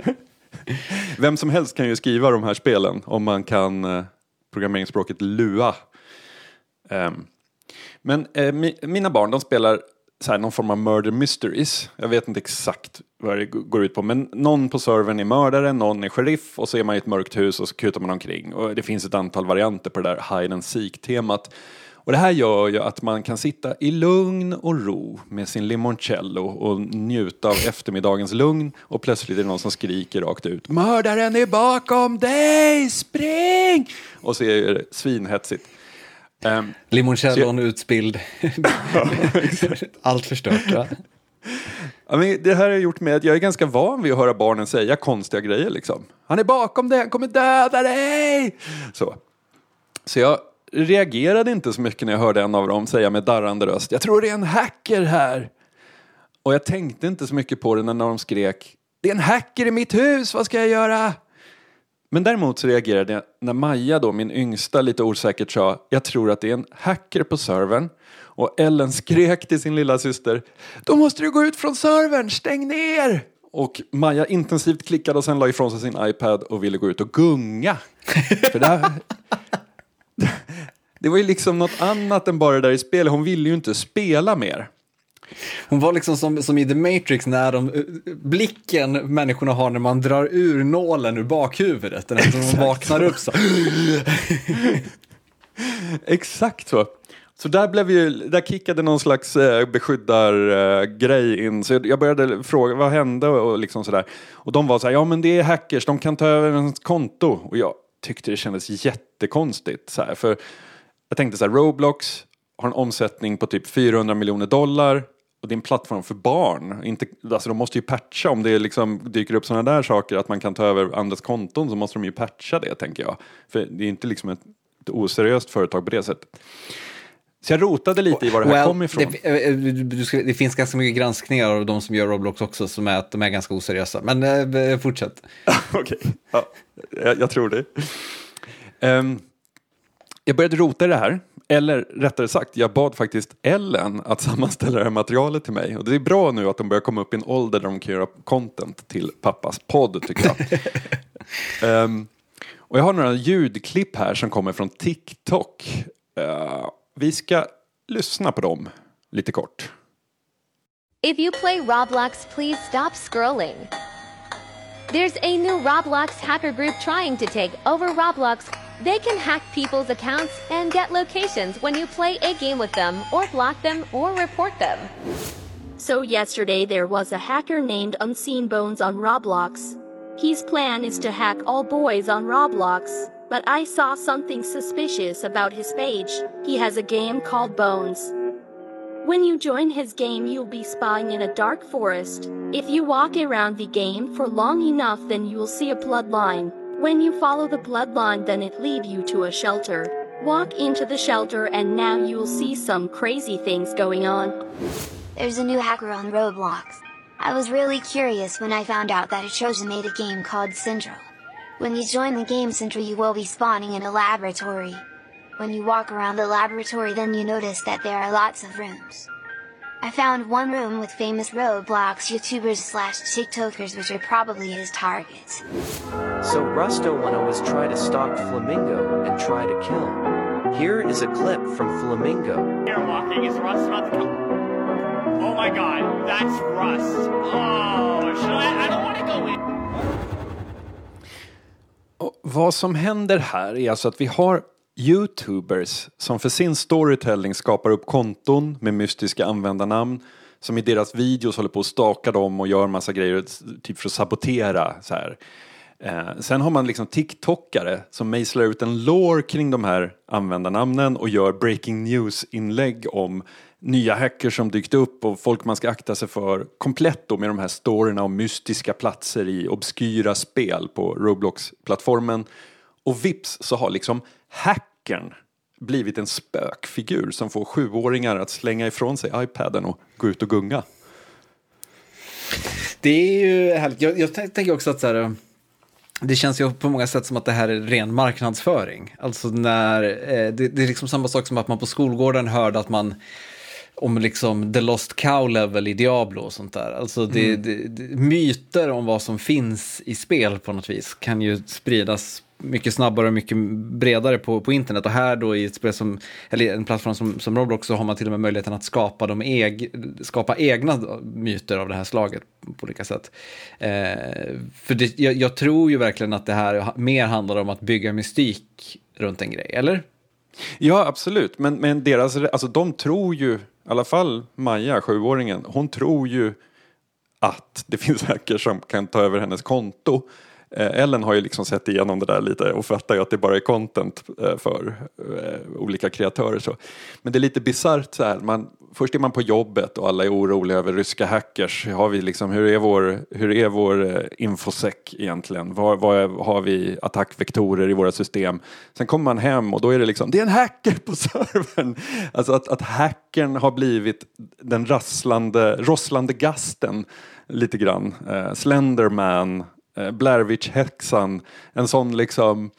Vem som helst kan ju skriva de här spelen om man kan uh, programmeringsspråket Lua. Um, men uh, mi- mina barn, de spelar så här, någon form av murder mysteries. Jag vet inte exakt vad det går ut på. Men någon på servern är mördare, någon är sheriff. Och så är man i ett mörkt hus och så kutar man omkring. Och det finns ett antal varianter på det där hide and seek-temat. Och det här gör ju att man kan sitta i lugn och ro med sin limoncello och njuta av eftermiddagens lugn. Och plötsligt är det någon som skriker rakt ut. Mördaren är bakom dig! Spring! Och så är det svinhetsigt. Um, Limoncellon jag... utspild. Allt förstört, va? Ja, men det här har gjort med att jag är ganska van vid att höra barnen säga konstiga grejer liksom. Han är bakom dig, han kommer döda dig! Så. Så jag reagerade inte så mycket när jag hörde en av dem säga med darrande röst. Jag tror det är en hacker här. Och jag tänkte inte så mycket på det när de skrek. Det är en hacker i mitt hus, vad ska jag göra? Men däremot så reagerade jag när Maja då, min yngsta, lite osäkert sa jag tror att det är en hacker på servern. Och Ellen skrek till sin lilla syster då måste du gå ut från servern, stäng ner! Och Maja intensivt klickade och sen la ifrån sig sin iPad och ville gå ut och gunga. För det, här, det var ju liksom något annat än bara det där i spel. Hon ville ju inte spela mer. Hon var liksom som, som i The Matrix när de, blicken människorna har när man drar ur nålen ur bakhuvudet. Den här som de vaknar upp så. Exakt så. Så där blev ju, där kickade någon slags eh, beskyddargrej eh, in. Så jag, jag började fråga, vad hände och liksom sådär. Och de var så här, ja men det är hackers, de kan ta över ens konto. Och jag tyckte det kändes jättekonstigt. Så här, för jag tänkte så här, Roblox har en omsättning på typ fyrahundra miljoner dollar. Och det är en plattform för barn. Inte, alltså de måste ju patcha om det liksom dyker upp sådana där saker. Att man kan ta över andras konton så måste de ju patcha det, tänker jag. För det är inte liksom ett, ett oseriöst företag på det sättet. Så jag rotade lite i var det här well, kom ifrån. Det, du ska, det finns ganska mycket granskningar av de som gör Roblox också som är att de är ganska oseriösa. Men eh, fortsätt. Okej, okay. Ja, jag, jag tror det. Um, jag började rota i det här. Eller rättare sagt, jag bad faktiskt Ellen att sammanställa det här materialet till mig. Och det är bra nu att de börjar komma upp i en ålder där de kan göra content till pappas podd, tycker jag. um, och jag har några ljudklipp här som kommer från TikTok. Uh, vi ska lyssna på dem lite kort. If you play Roblox, please stop scrolling. There's a new Roblox hacker group trying to take over Roblox. They can hack people's accounts and get locations when you play a game with them, or block them, or report them. So yesterday there was a hacker named Unseen Bones on Roblox. His plan is to hack all boys on Roblox, but I saw something suspicious about his page. He has a game called Bones. When you join his game, you'll be spying in a dark forest. If you walk around the game for long enough, then you'll see a bloodline. When you follow the bloodline, then it leads you to a shelter. Walk into the shelter and now you'll see some crazy things going on. There's a new hacker on Roblox. I was really curious when I found out that Chosen made a game called Central. When you join the game Central, you will be spawning in a laboratory. When you walk around the laboratory, then you notice that there are lots of rooms. I found one room with famous Roblox YouTubers slash TikTokers, which are probably his targets. So Rusto wanna was try to stalk Flamingo and try to kill him. Here is a clip from Flamingo. Here walking, is Rust about to come? Oh my god, that's Rust. Oh, should I? I don't want to go in. Och vad som händer här är alltså att vi har YouTubers som för sin storytelling skapar upp konton med mystiska användarnamn som i deras videos håller på att staka dem och gör massa grejer typ för att sabotera så här. Eh, sen har man liksom TikTokare som mejslar ut en lore kring de här användarnamnen och gör breaking news-inlägg om nya hackers som dykt upp och folk man ska akta sig för. Komplett då med de här storyna om mystiska platser i obskyra spel på Roblox-plattformen. Och vips så har liksom hackern blivit en spökfigur som får sjuåringar att slänga ifrån sig iPaden och gå ut och gunga. Det är ju härligt. Jag, jag tänker också att så här, det känns ju på många sätt som att det här är ren marknadsföring. Alltså när eh, det, det är liksom samma sak som att man på skolgården hörde att man om liksom The Lost Cow level i Diablo och sånt där. Alltså det, mm. det, det, myter om vad som finns i spel på något vis kan ju spridas mycket snabbare och mycket bredare på, på internet. Och här då i ett spel som, eller en plattform som, som Roblox, så har man till och med möjligheten att skapa, de eg, skapa egna myter av det här slaget på olika sätt. Eh, för det, jag, jag tror ju verkligen att det här mer handlar om att bygga mystik runt en grej, eller? Ja, absolut. Men, men deras, alltså de tror ju, i alla fall Maja, sjuåringen, hon tror ju att det finns hackers som kan ta över hennes konto. Ellen har ju liksom sett igenom det där lite och fattar ju att det bara är content för eh, olika kreatörer. Så. Men det är lite bizarrt så här. Man, först är man på jobbet och alla är oroliga över ryska hackers. Har vi liksom, hur är vår, hur är vår infosec egentligen? Var, var har vi attackvektorer i våra system? Sen kommer man hem och då är det liksom, det är en hacker på servern. Alltså att, att hackern har blivit den rasslande, rosslande gasten lite grann. Eh, Slenderman, Blair Witch-häxan, en sån liksom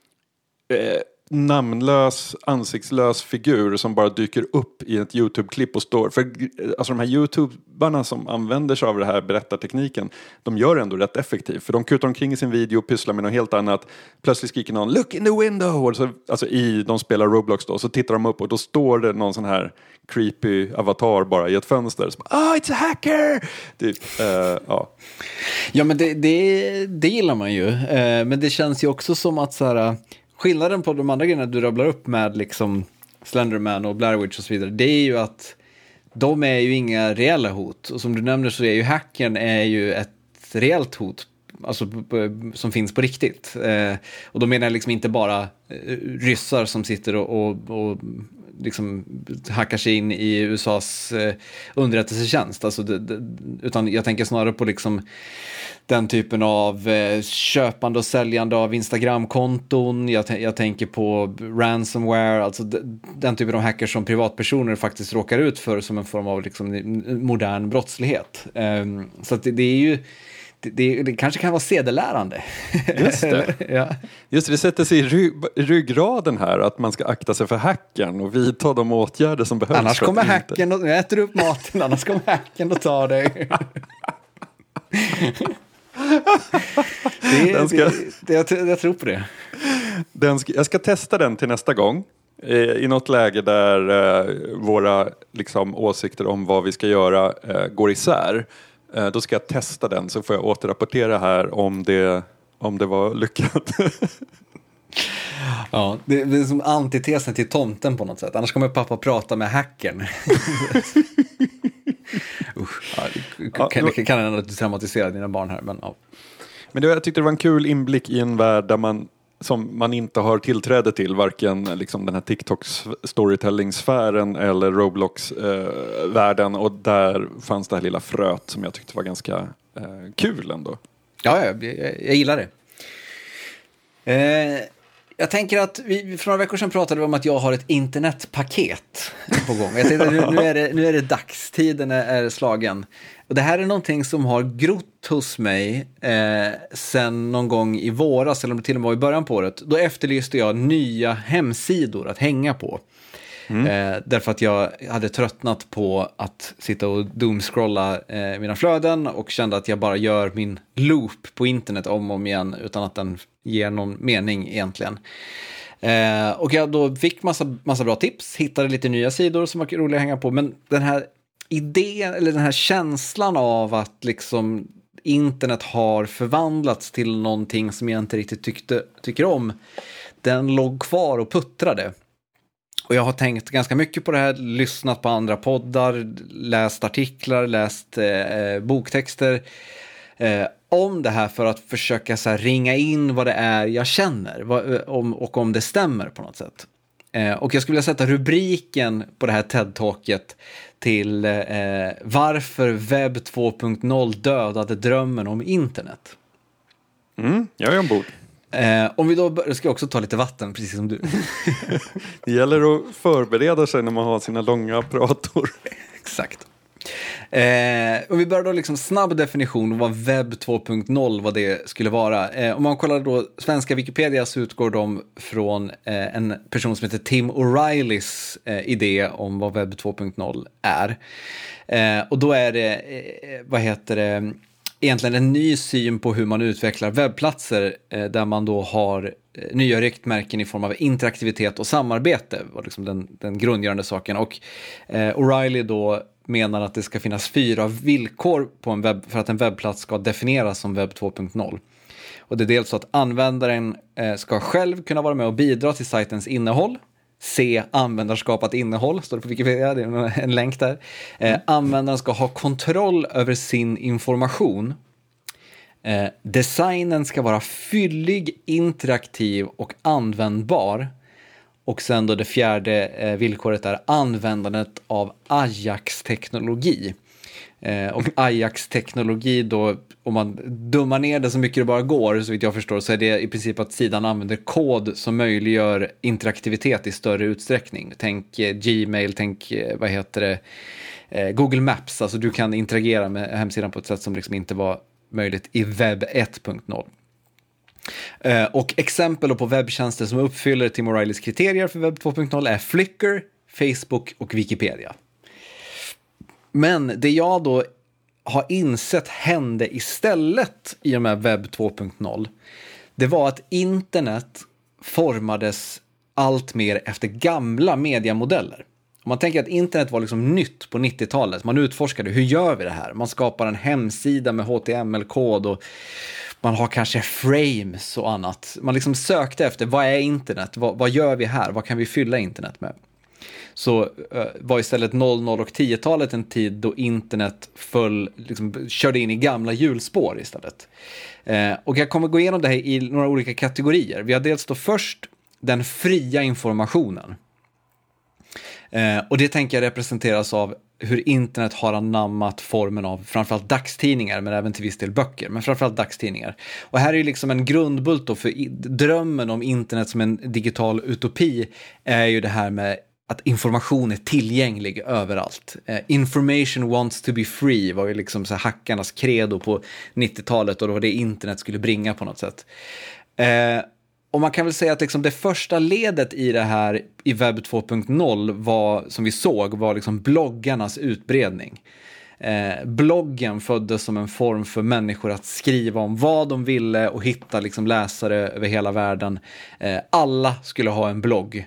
eh, namnlös, ansiktslös figur som bara dyker upp i ett YouTube-klipp och står, för alltså de här YouTuberna som använder sig av det här berättartekniken, de gör ändå rätt effektivt, för de kutar omkring i sin video och pysslar med något helt annat. Plötsligt skriker någon, look in the window, och så, alltså i, de spelar Roblox då, så tittar de upp och då står det någon sån här creepy avatar bara i ett fönster som, ah, oh, it's a hacker! Typ, uh, ja. Ja, men det, det, det gillar man ju, uh, men det känns ju också som att så här, skillnaden på de andra grejerna du rabblar upp med liksom Slenderman och Blair Witch och så vidare, det är ju att de är ju inga reella hot. Och som du nämnde så är ju hacken är ju ett reellt hot, alltså som finns på riktigt. Eh, och då menar jag liksom inte bara ryssar som sitter och, och, och liksom hackar sig in i U S A:s eh, underrättelsetjänst. Alltså det, det, utan jag tänker snarare på liksom den typen av eh, köpande och säljande av Instagram-konton. Jag, t- jag tänker på ransomware, alltså d- den typen av hackers som privatpersoner faktiskt råkar ut för som en form av liksom, modern brottslighet. Eh, så att det, det är ju Det, det, det kanske kan vara sedelärande. Just det. Ja. Just det, det sätter sig i rygg, ryggraden här att man ska akta sig för hackern och vidta de åtgärder som behövs. Annars kommer hackern och äter upp maten, annars kommer hackern och tar dig. det, ska, det, det, jag, jag tror på det. Den ska, jag ska testa den till nästa gång. I något läge där eh, våra liksom, åsikter om vad vi ska göra eh, går isär, eh, då ska jag testa den, så får jag återrapportera här om det, om det var lyckat. Ja, det är som antitesen till tomten på något sätt. Annars kommer pappa prata med hackern. Usch, ja, det kan, ja, det kan ändå traumatisera dina barn här. Men, ja. men det, jag tyckte det var en kul inblick i en värld där man, som man inte har tillträde till, varken liksom den här TikToks storytelling-sfären eller Roblox-världen. Eh, och där fanns det här lilla fröet som jag tyckte var ganska eh, kul ändå. Ja, jag, jag, jag gillar det. Eh, jag tänker att vi, för några veckor sedan pratade vi om att jag har ett internetpaket på gång. Jag tänkte, nu, nu, är det, nu är det dags, tiden är, är slagen. Och det här är någonting som har grott hos mig eh, sen någon gång i våras, eller om det till och med var i början på året. Då efterlyste jag nya hemsidor att hänga på. Mm. Eh, därför att jag hade tröttnat på att sitta och doomscrolla eh, mina flöden och kände att jag bara gör min loop på internet om och om igen utan att den ger någon mening egentligen. Eh, och jag då fick massa, massa bra tips, hittade lite nya sidor som var roliga att hänga på, men den här idén, eller den här känslan av att liksom internet har förvandlats till någonting som jag inte riktigt tyckte, tycker om, den låg kvar och puttrade. Och jag har tänkt ganska mycket på det här, lyssnat på andra poddar, läst artiklar, läst eh, boktexter eh, om det här för att försöka så här, ringa in vad det är jag känner vad, om, och om det stämmer på något sätt. Eh, och jag skulle vilja sätta rubriken på det här TED-talket till eh, varför webb två punkt noll dödade drömmen om internet. Mm, jag är ombord. Eh, om vi då bör- ska jag också ta lite vatten, precis som du. Det gäller att förbereda sig när man har sina långa prator. Exakt. Eh, och vi börjar då liksom snabb definition vad webb två punkt noll, vad det skulle vara. Eh, om man kollar då svenska Wikipedia så utgår de från eh, en person som heter Tim O'Reillys eh, idé om vad webb två punkt noll är. Eh, och då är det, eh, vad heter det, egentligen en ny syn på hur man utvecklar webbplatser eh, där man då har eh, nya riktmärken i form av interaktivitet och samarbete var liksom den, den grundgörande saken. Och eh, O'Reilly då menar att det ska finnas fyra villkor på en webb, för att en webbplats ska definieras som webb två punkt noll. Och det är dels så att användaren eh, ska själv kunna vara med och bidra till sajtens innehåll. Se användarskapat innehåll, står det på Wikipedia, det är en länk där. Eh, användaren ska ha kontroll över sin information. Eh, designen ska vara fyllig, interaktiv och användbar. Och sen då det fjärde eh, villkoret är användandet av Ajax-teknologi. Eh, och Ajax-teknologi då, om man dummar ner det så mycket det bara går, så vitt jag förstår, så är det i princip att sidan använder kod som möjliggör interaktivitet i större utsträckning. Tänk eh, Gmail, tänk eh, vad heter det, eh, Google Maps. Alltså du kan interagera med hemsidan på ett sätt som liksom inte var möjligt i webb ett punkt noll. Uh, och exempel på webbtjänster som uppfyller Tim O'Reillys kriterier för webb två punkt noll är Flickr, Facebook och Wikipedia. Men det jag då har insett hände istället i och med webb två punkt noll, det var att internet formades allt mer efter gamla mediamodeller. Om man tänker att internet var liksom nytt på nittiotalet, man utforskade hur gör vi det här? Man skapar en hemsida med H T M L-kod och man har kanske frames och annat. Man liksom sökte efter, vad är internet? Vad, vad gör vi här? Vad kan vi fylla internet med? Så uh, var istället noll noll och tio-talet en tid då internet föll, liksom, körde in i gamla hjulspår istället. Uh, och jag kommer gå igenom det här i några olika kategorier. Vi har dels då först den fria informationen. Uh, och det tänker jag representeras av hur internet har anammat formen av framförallt dagstidningar, men även till viss del böcker, men framförallt dagstidningar. Och här är ju liksom en grundbult då för drömmen om internet som en digital utopi är ju det här med att information är tillgänglig överallt. Eh, information wants to be free var ju liksom så här hackarnas credo på nittiotalet, och då var det internet skulle bringa på något sätt. Eh, Och man kan väl säga att liksom det första ledet i det här i webb två punkt noll var, som vi såg, var liksom bloggarnas utbredning. Eh, bloggen föddes som en form för människor att skriva om vad de ville och hitta liksom läsare över hela världen. Eh, alla skulle ha en blogg.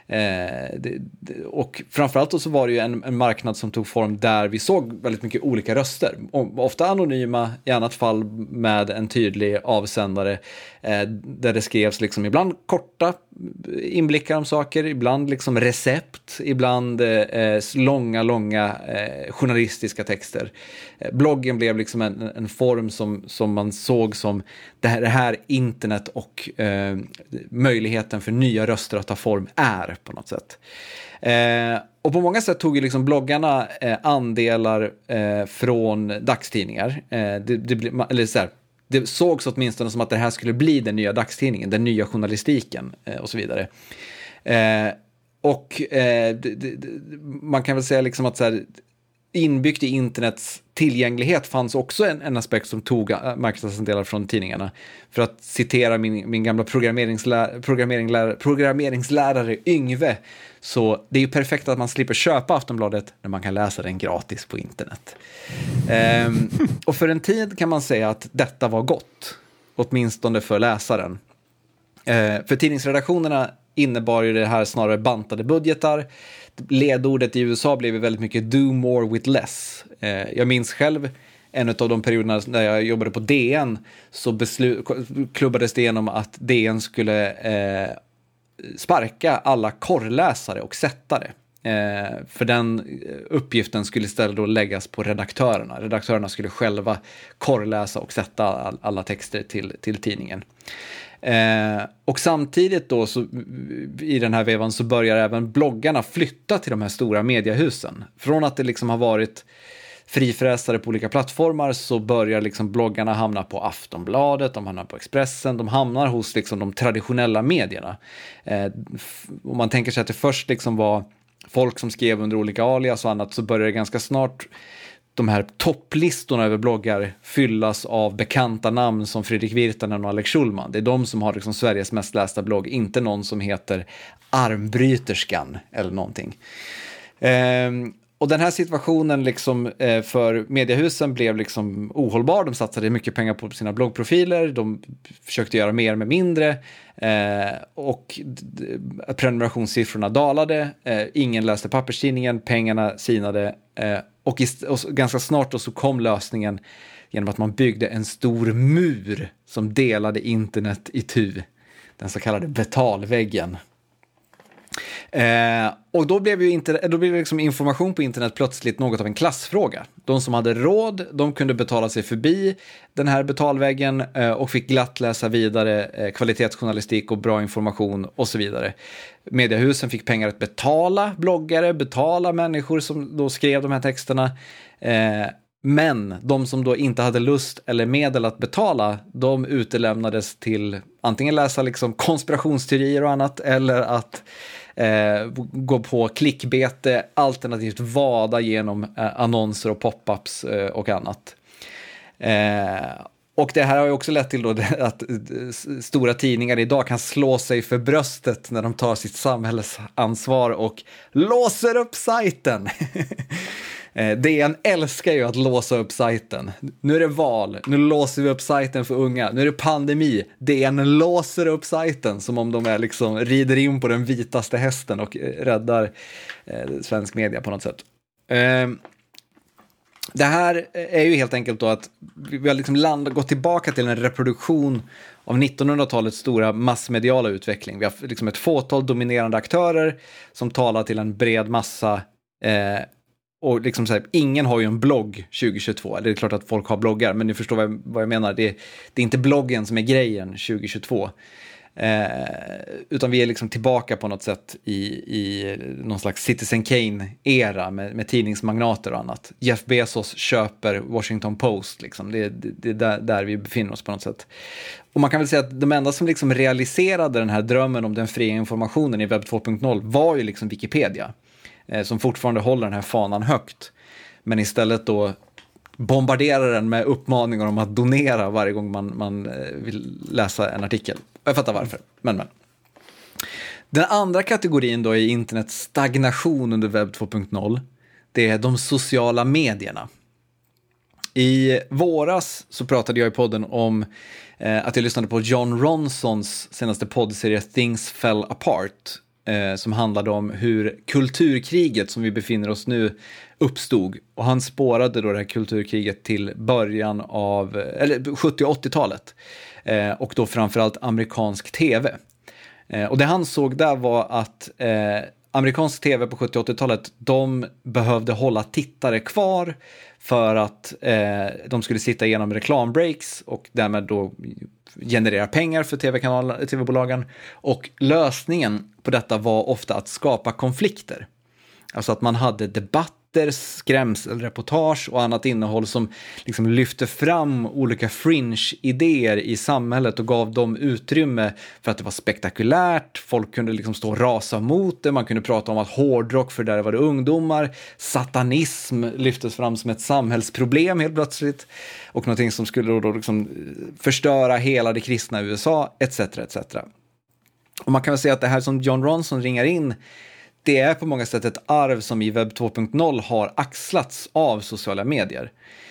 Eh, det, det, och framförallt då så var det ju en, en marknad som tog form där vi såg väldigt mycket olika röster. Och, ofta anonyma, i annat fall med en tydlig avsändare. Eh, där det skrevs liksom ibland korta inblickar om saker, ibland liksom recept, ibland eh, långa, långa eh, journalistiska texter. Eh, bloggen blev liksom en, en form som, som man såg som det här, det här internet och eh, möjligheten för nya röster att ta form är på något sätt. Eh, och på många sätt tog ju liksom bloggarna eh, andelar eh, från dagstidningar. Eh, det, det, eller så här, det sågs åtminstone som att det här skulle bli den nya dagstidningen, den nya journalistiken eh, och så vidare. Eh, och eh, det, det, man kan väl säga liksom att så här, inbyggt i internets tillgänglighet fanns också en, en aspekt som tog marknadsandelar från tidningarna. För att citera min, min gamla programmeringslär, programmeringslär, programmeringslärare Yngve, så det är ju perfekt att man slipper köpa Aftonbladet när man kan läsa den gratis på internet. Ehm, och för en tid kan man säga att detta var gott, åtminstone för läsaren. Ehm, för tidningsredaktionerna innebar ju det här snarare bantade budgetar. Ledordet i U S A blev väldigt mycket do more with less. Eh, jag minns själv en av de perioderna när jag jobbade på D N, så beslu- klubbades det igenom att D N skulle eh, sparka alla korrläsare och sättare. Eh, för den uppgiften skulle istället då läggas på redaktörerna. Redaktörerna skulle själva korrläsa och sätta all, alla texter till, till tidningen. Eh, och samtidigt då så, i den här vevan så börjar även bloggarna flytta till de här stora mediehusen. Från att det liksom har varit frifräsare på olika plattformar så börjar liksom bloggarna hamna på Aftonbladet, de hamnar på Expressen, de hamnar hos liksom de traditionella medierna. Eh, om man tänker sig att det först liksom var folk som skrev under olika alias och annat, så börjar det ganska snart de här topplistorna över bloggar fyllas av bekanta namn som Fredrik Virtanen och Alex Schulman. Det är de som har liksom Sveriges mest lästa blogg, inte någon som heter Armbryterskan eller någonting. Ehm, och den här situationen liksom, eh, för mediehusen blev liksom ohållbar. De satsade mycket pengar på sina bloggprofiler, de försökte göra mer med mindre, eh, och d- prenumerationssiffrorna dalade, eh, ingen läste papperstidningen, pengarna sinade, eh, och, ist- och ganska snart då så kom lösningen genom att man byggde en stor mur som delade internet i tu, den så kallade betalväggen. Eh, och då blev ju inte, då blev liksom information på internet plötsligt något av en klassfråga. De som hade råd, de kunde betala sig förbi den här betalväggen eh, och fick glatt läsa vidare eh, kvalitetsjournalistik och bra information och så vidare. Mediehusen fick pengar att betala bloggare, betala människor som då skrev de här texterna. Eh, Men de som då inte hade lust eller medel att betala, de utelämnades till antingen läsa liksom konspirationsteorier och annat, eller att eh, gå på klickbete, alternativt vada genom eh, annonser och pop-ups eh, och annat. Eh, och det här har ju också lett till då att stora tidningar idag kan slå sig för bröstet när de tar sitt samhällsansvar och låser upp sajten. D N älskar ju att låsa upp sajten. Nu är det val, nu låser vi upp sajten för unga. Nu är det pandemi, D N låser upp sajten som om de är liksom rider in på den vitaste hästen och räddar eh, svensk media på något sätt. Eh, det här är ju helt enkelt då att vi har liksom landat, gått tillbaka till en reproduktion av nittonhundratalets stora massmediala utveckling. Vi har liksom ett fåtal dominerande aktörer som talar till en bred massa. Eh, Och liksom så här, ingen har ju en blogg tjugo tjugotvå. Det är klart att folk har bloggar, men ni förstår vad jag, vad jag menar. Det, det är inte bloggen som är grejen tjugo tjugotvå. Eh, utan vi är liksom tillbaka på något sätt i, i någon slags Citizen Kane-era med, med tidningsmagnater och annat. Jeff Bezos köper Washington Post. Liksom. Det, det, det är där, där vi befinner oss på något sätt. Och man kan väl säga att de enda som liksom realiserade den här drömmen om den fria informationen i webb två punkt noll var ju liksom Wikipedia. Som fortfarande håller den här fanan högt. Men istället då bombarderar den med uppmaningar om att donera varje gång man, man vill läsa en artikel. Jag fattar varför, men men. Den andra kategorin då i internets stagnation under webb två punkt noll, det är de sociala medierna. I våras så pratade jag i podden om eh, att jag lyssnade på John Ronsons senaste poddserie Things Fell Apart. eh, som handlade om hur kulturkriget som vi befinner oss nu uppstod. Och han spårade då det här kulturkriget till början av eller sjuttio- och åttiotalet. Eh, och då framförallt amerikansk tv. Eh, och det han såg där var att eh, amerikansk tv på sjuttio- och åttiotalet, de behövde hålla tittare kvar för att eh, de skulle sitta igenom reklambreaks och därmed då generera pengar för tv-kanaler, tv-bolagen. Och lösningen på detta var ofta att skapa konflikter. Alltså att man hade debatter, skrämselreportage och annat innehåll som liksom lyfte fram olika fringe-idéer i samhället och gav dem utrymme för att det var spektakulärt. Folk kunde liksom stå och rasa mot det. Man kunde prata om att hårdrock för där var det ungdomar. Satanism lyftes fram som ett samhällsproblem helt plötsligt. Och någonting som skulle då liksom förstöra hela det kristna U S A, et cetera et cetera. Och man kan väl säga att det här som Jon Ronson ringar in, det är på många sätt ett arv som i webb två punkt noll har axlats av sociala medier.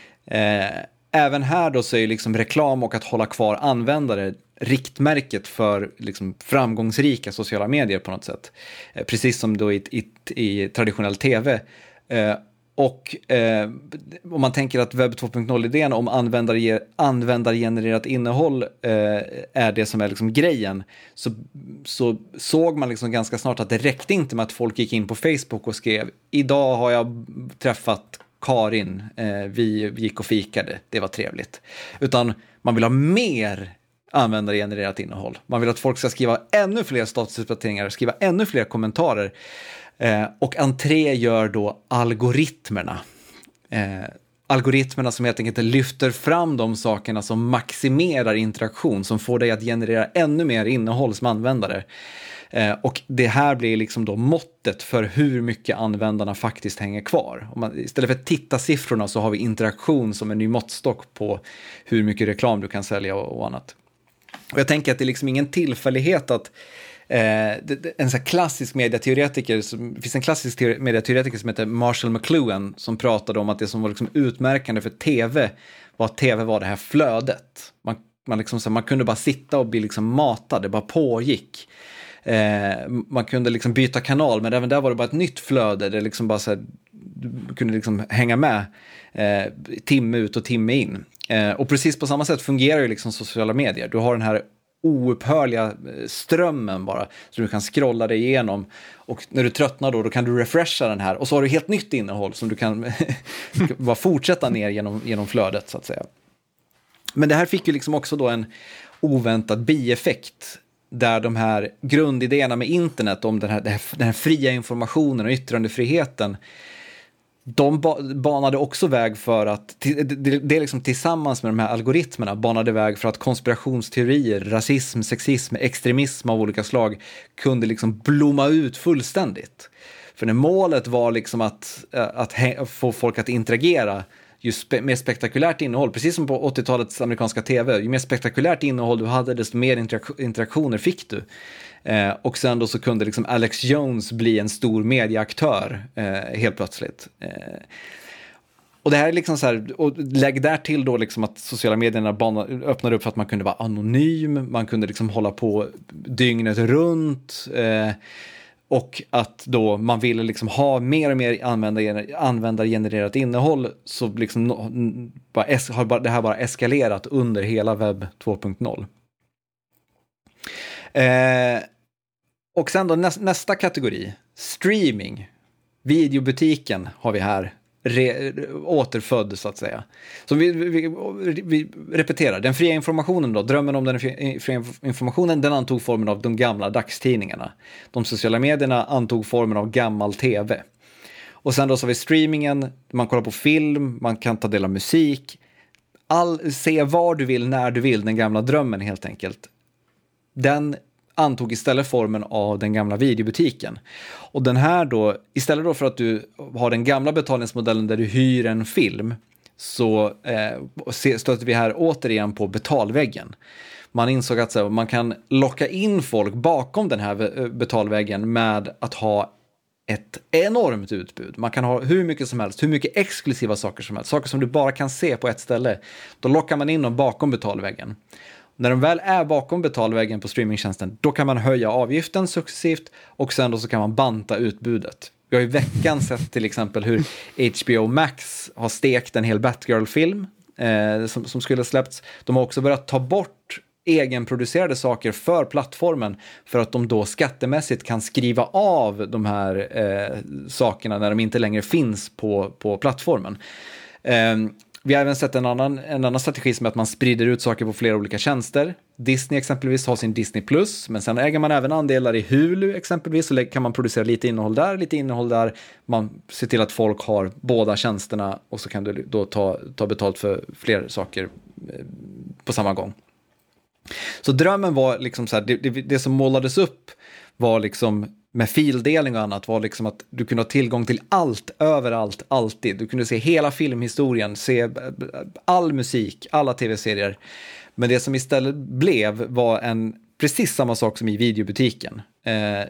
Eh, även här då så är liksom reklam och att hålla kvar användare riktmärket för liksom framgångsrika sociala medier på något sätt. Eh, precis som då i, i, i traditionell tv. Eh, och eh, om man tänker att webb två punkt noll-idén om användare, användargenererat innehåll eh, är det som är liksom grejen, så, så såg man liksom ganska snart att det räckte inte med att folk gick in på Facebook och skrev idag har jag träffat Karin, eh, vi gick och fikade, det var trevligt. Utan man vill ha mer användargenererat innehåll. Man vill att folk ska skriva ännu fler statusuppdateringar, skriva ännu fler kommentarer. Eh, och entré gör då algoritmerna. Eh, algoritmerna som helt enkelt lyfter fram de sakerna som maximerar interaktion, som får dig att generera ännu mer innehåll som användare. Eh, och det här blir liksom då måttet för hur mycket användarna faktiskt hänger kvar. Om man, istället för tittarsiffrorna så har vi interaktion som en ny måttstock på hur mycket reklam du kan sälja och, och annat. Och jag tänker att det är liksom ingen tillfällighet att Eh, en sån här klassisk mediateoretiker, som, det finns en klassisk teori, mediateoretiker som heter Marshall McLuhan som pratade om att det som var liksom utmärkande för tv var att tv var det här flödet. Man, man, liksom, så, man kunde bara sitta och bli liksom matad, det bara pågick. Eh, man kunde liksom byta kanal, men även där var det bara ett nytt flöde. Det liksom bara så här, du kunde liksom hänga med eh, timme ut och timme in. Eh, och precis på samma sätt fungerar ju liksom sociala medier. Du har den här oupphörliga strömmen bara, så du kan scrolla dig igenom, och när du tröttnar då, då kan du refresha den här och så har du helt nytt innehåll som du kan bara fortsätta ner genom, genom flödet så att säga. Men det här fick ju liksom också då en oväntad bieffekt där de här grundidéerna med internet om den här, den här fria informationen och yttrandefriheten, de banade också väg för att, det är liksom tillsammans med de här algoritmerna banade väg för att konspirationsteorier, rasism, sexism, extremism av olika slag kunde liksom blomma ut fullständigt. För när målet var liksom att, att få folk att interagera, ju spe, mer spektakulärt innehåll, precis som på åttiotalets amerikanska tv, ju mer spektakulärt innehåll du hade, desto mer interak- interaktioner fick du. Eh, och sen då så kunde liksom Alex Jones bli en stor medieaktör eh, helt plötsligt. Eh, och det här är liksom så här, och lägg där till då liksom att sociala medierna bana, öppnade upp för att man kunde vara anonym, man kunde liksom hålla på dygnet runt, eh, och att då man ville liksom ha mer och mer användar, användargenererat innehåll, så liksom no, bara es, har bara, det här bara eskalerat under hela webb två punkt noll. Eh, och sen då näs, nästa kategori, streaming, videobutiken har vi här. Re, återfödd så att säga. Så vi, vi, vi repeterar. Den fria informationen då, drömmen om den fria informationen, den antog formen av de gamla dagstidningarna. De sociala medierna antog formen av gammal tv. Och sen då så har vi streamingen, man kollar på film, man kan ta del av musik. All, se var du vill, när du vill, den gamla drömmen helt enkelt. Den antog istället formen av den gamla videobutiken. Och den här då, istället då för att du har den gamla betalningsmodellen där du hyr en film, så eh, stöter vi här återigen på betalväggen. Man insåg att så här, man kan locka in folk bakom den här betalväggen med att ha ett enormt utbud. Man kan ha hur mycket som helst, hur mycket exklusiva saker som helst, saker som du bara kan se på ett ställe. Då lockar man in dem bakom betalväggen. När de väl är bakom betalväggen på streamingtjänsten, då kan man höja avgiften successivt och sen då så kan man banta utbudet. Vi har i veckan sett till exempel hur H B O Max har stekt en hel Batgirl-film eh, som, som skulle släppts. De har också börjat ta bort egenproducerade saker för plattformen för att de då skattemässigt kan skriva av de här eh, sakerna när de inte längre finns på, på plattformen. Eh, vi har även sett en annan, en annan strategi som är att man sprider ut saker på flera olika tjänster. Disney exempelvis har sin Disney Plus, men sen äger man även andelar i Hulu exempelvis, så kan man producera lite innehåll där, lite innehåll där. Man ser till att folk har båda tjänsterna och så kan du då ta, ta betalt för fler saker på samma gång. Så drömmen var liksom så här, det, det, det som målades upp var liksom med fildelning och annat var liksom att du kunde ha tillgång till allt, överallt, alltid. Du kunde se hela filmhistorien, se all musik, alla tv-serier. Men det som istället blev var en precis samma sak som i videobutiken. Eh,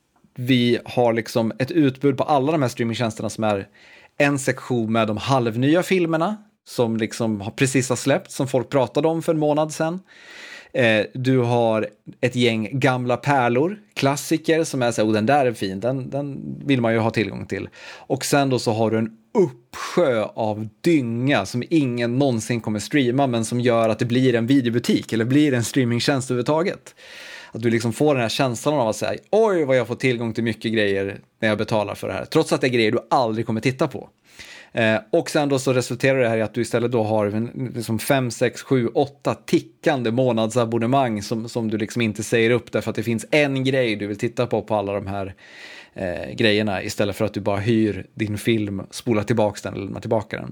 vi har liksom ett utbud på alla de här streamingtjänsterna som är en sektion med de halvnya filmerna som liksom har precis har släppt, som folk pratade om för en månad sedan. Eh, du har ett gäng gamla pärlor, klassiker som är så här, oh, den där är fin, den, den vill man ju ha tillgång till. Och sen då så har du en uppsjö av dynga som ingen någonsin kommer streama, men som gör att det blir en videobutik eller blir en streamingtjänst överhuvudtaget. Att du liksom får den här känslan av att säga, oj vad jag får tillgång till mycket grejer när jag betalar för det här, trots att det är grejer du aldrig kommer titta på. Eh, och sen då så resulterar det här i att du istället då har en, liksom fem, sex, sju, åtta tickande månadsabonnemang som, som du liksom inte säger upp därför att det finns en grej du vill titta på på alla de här eh, grejerna istället för att du bara hyr din film, spolar tillbaka den eller lämnar tillbaka den.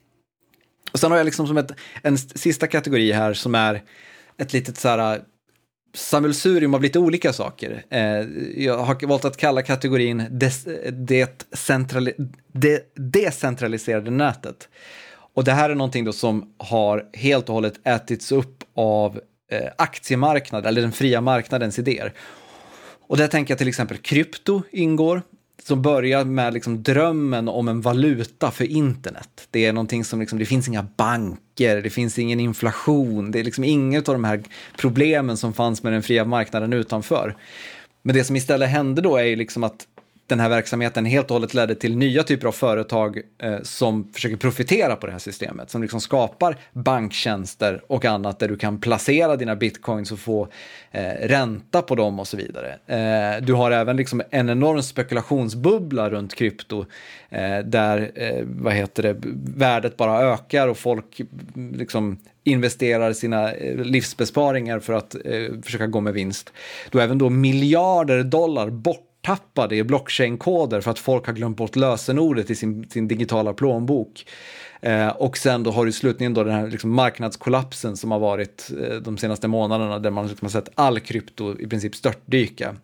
Och sen har jag liksom som ett, en sista kategori här som är ett litet så här sammelsurium av lite olika saker. Eh, jag har valt att kalla kategorin des, det centrali, de, decentraliserade nätet. Och det här är någonting då som har helt och hållet ätits upp av eh, aktiemarknaden eller den fria marknadens idéer. Och där tänker jag till exempel krypto ingår, som börjar med liksom drömmen om en valuta för internet. Det är någonting som liksom, det finns inga banker, det finns ingen inflation, det är liksom inget av de här problemen som fanns med den fria marknaden utanför. Men det som istället hände då är ju liksom att den här verksamheten helt och hållet ledde till nya typer av företag eh, som försöker profitera på det här systemet. Som liksom skapar banktjänster och annat där du kan placera dina bitcoins och få eh, ränta på dem och så vidare. Eh, du har även liksom en enorm spekulationsbubbla runt krypto eh, där eh, vad heter det, värdet bara ökar och folk liksom investerar sina livsbesparingar för att eh, försöka gå med vinst. Du har även då miljarder dollar bort tappade i blockchain-koder för att folk har glömt bort lösenordet i sin, sin digitala plånbok. Eh, och sen då har du slutligen då den här liksom marknadskollapsen som har varit eh, de senaste månaderna där man liksom har sett all krypto i princip störtdyka.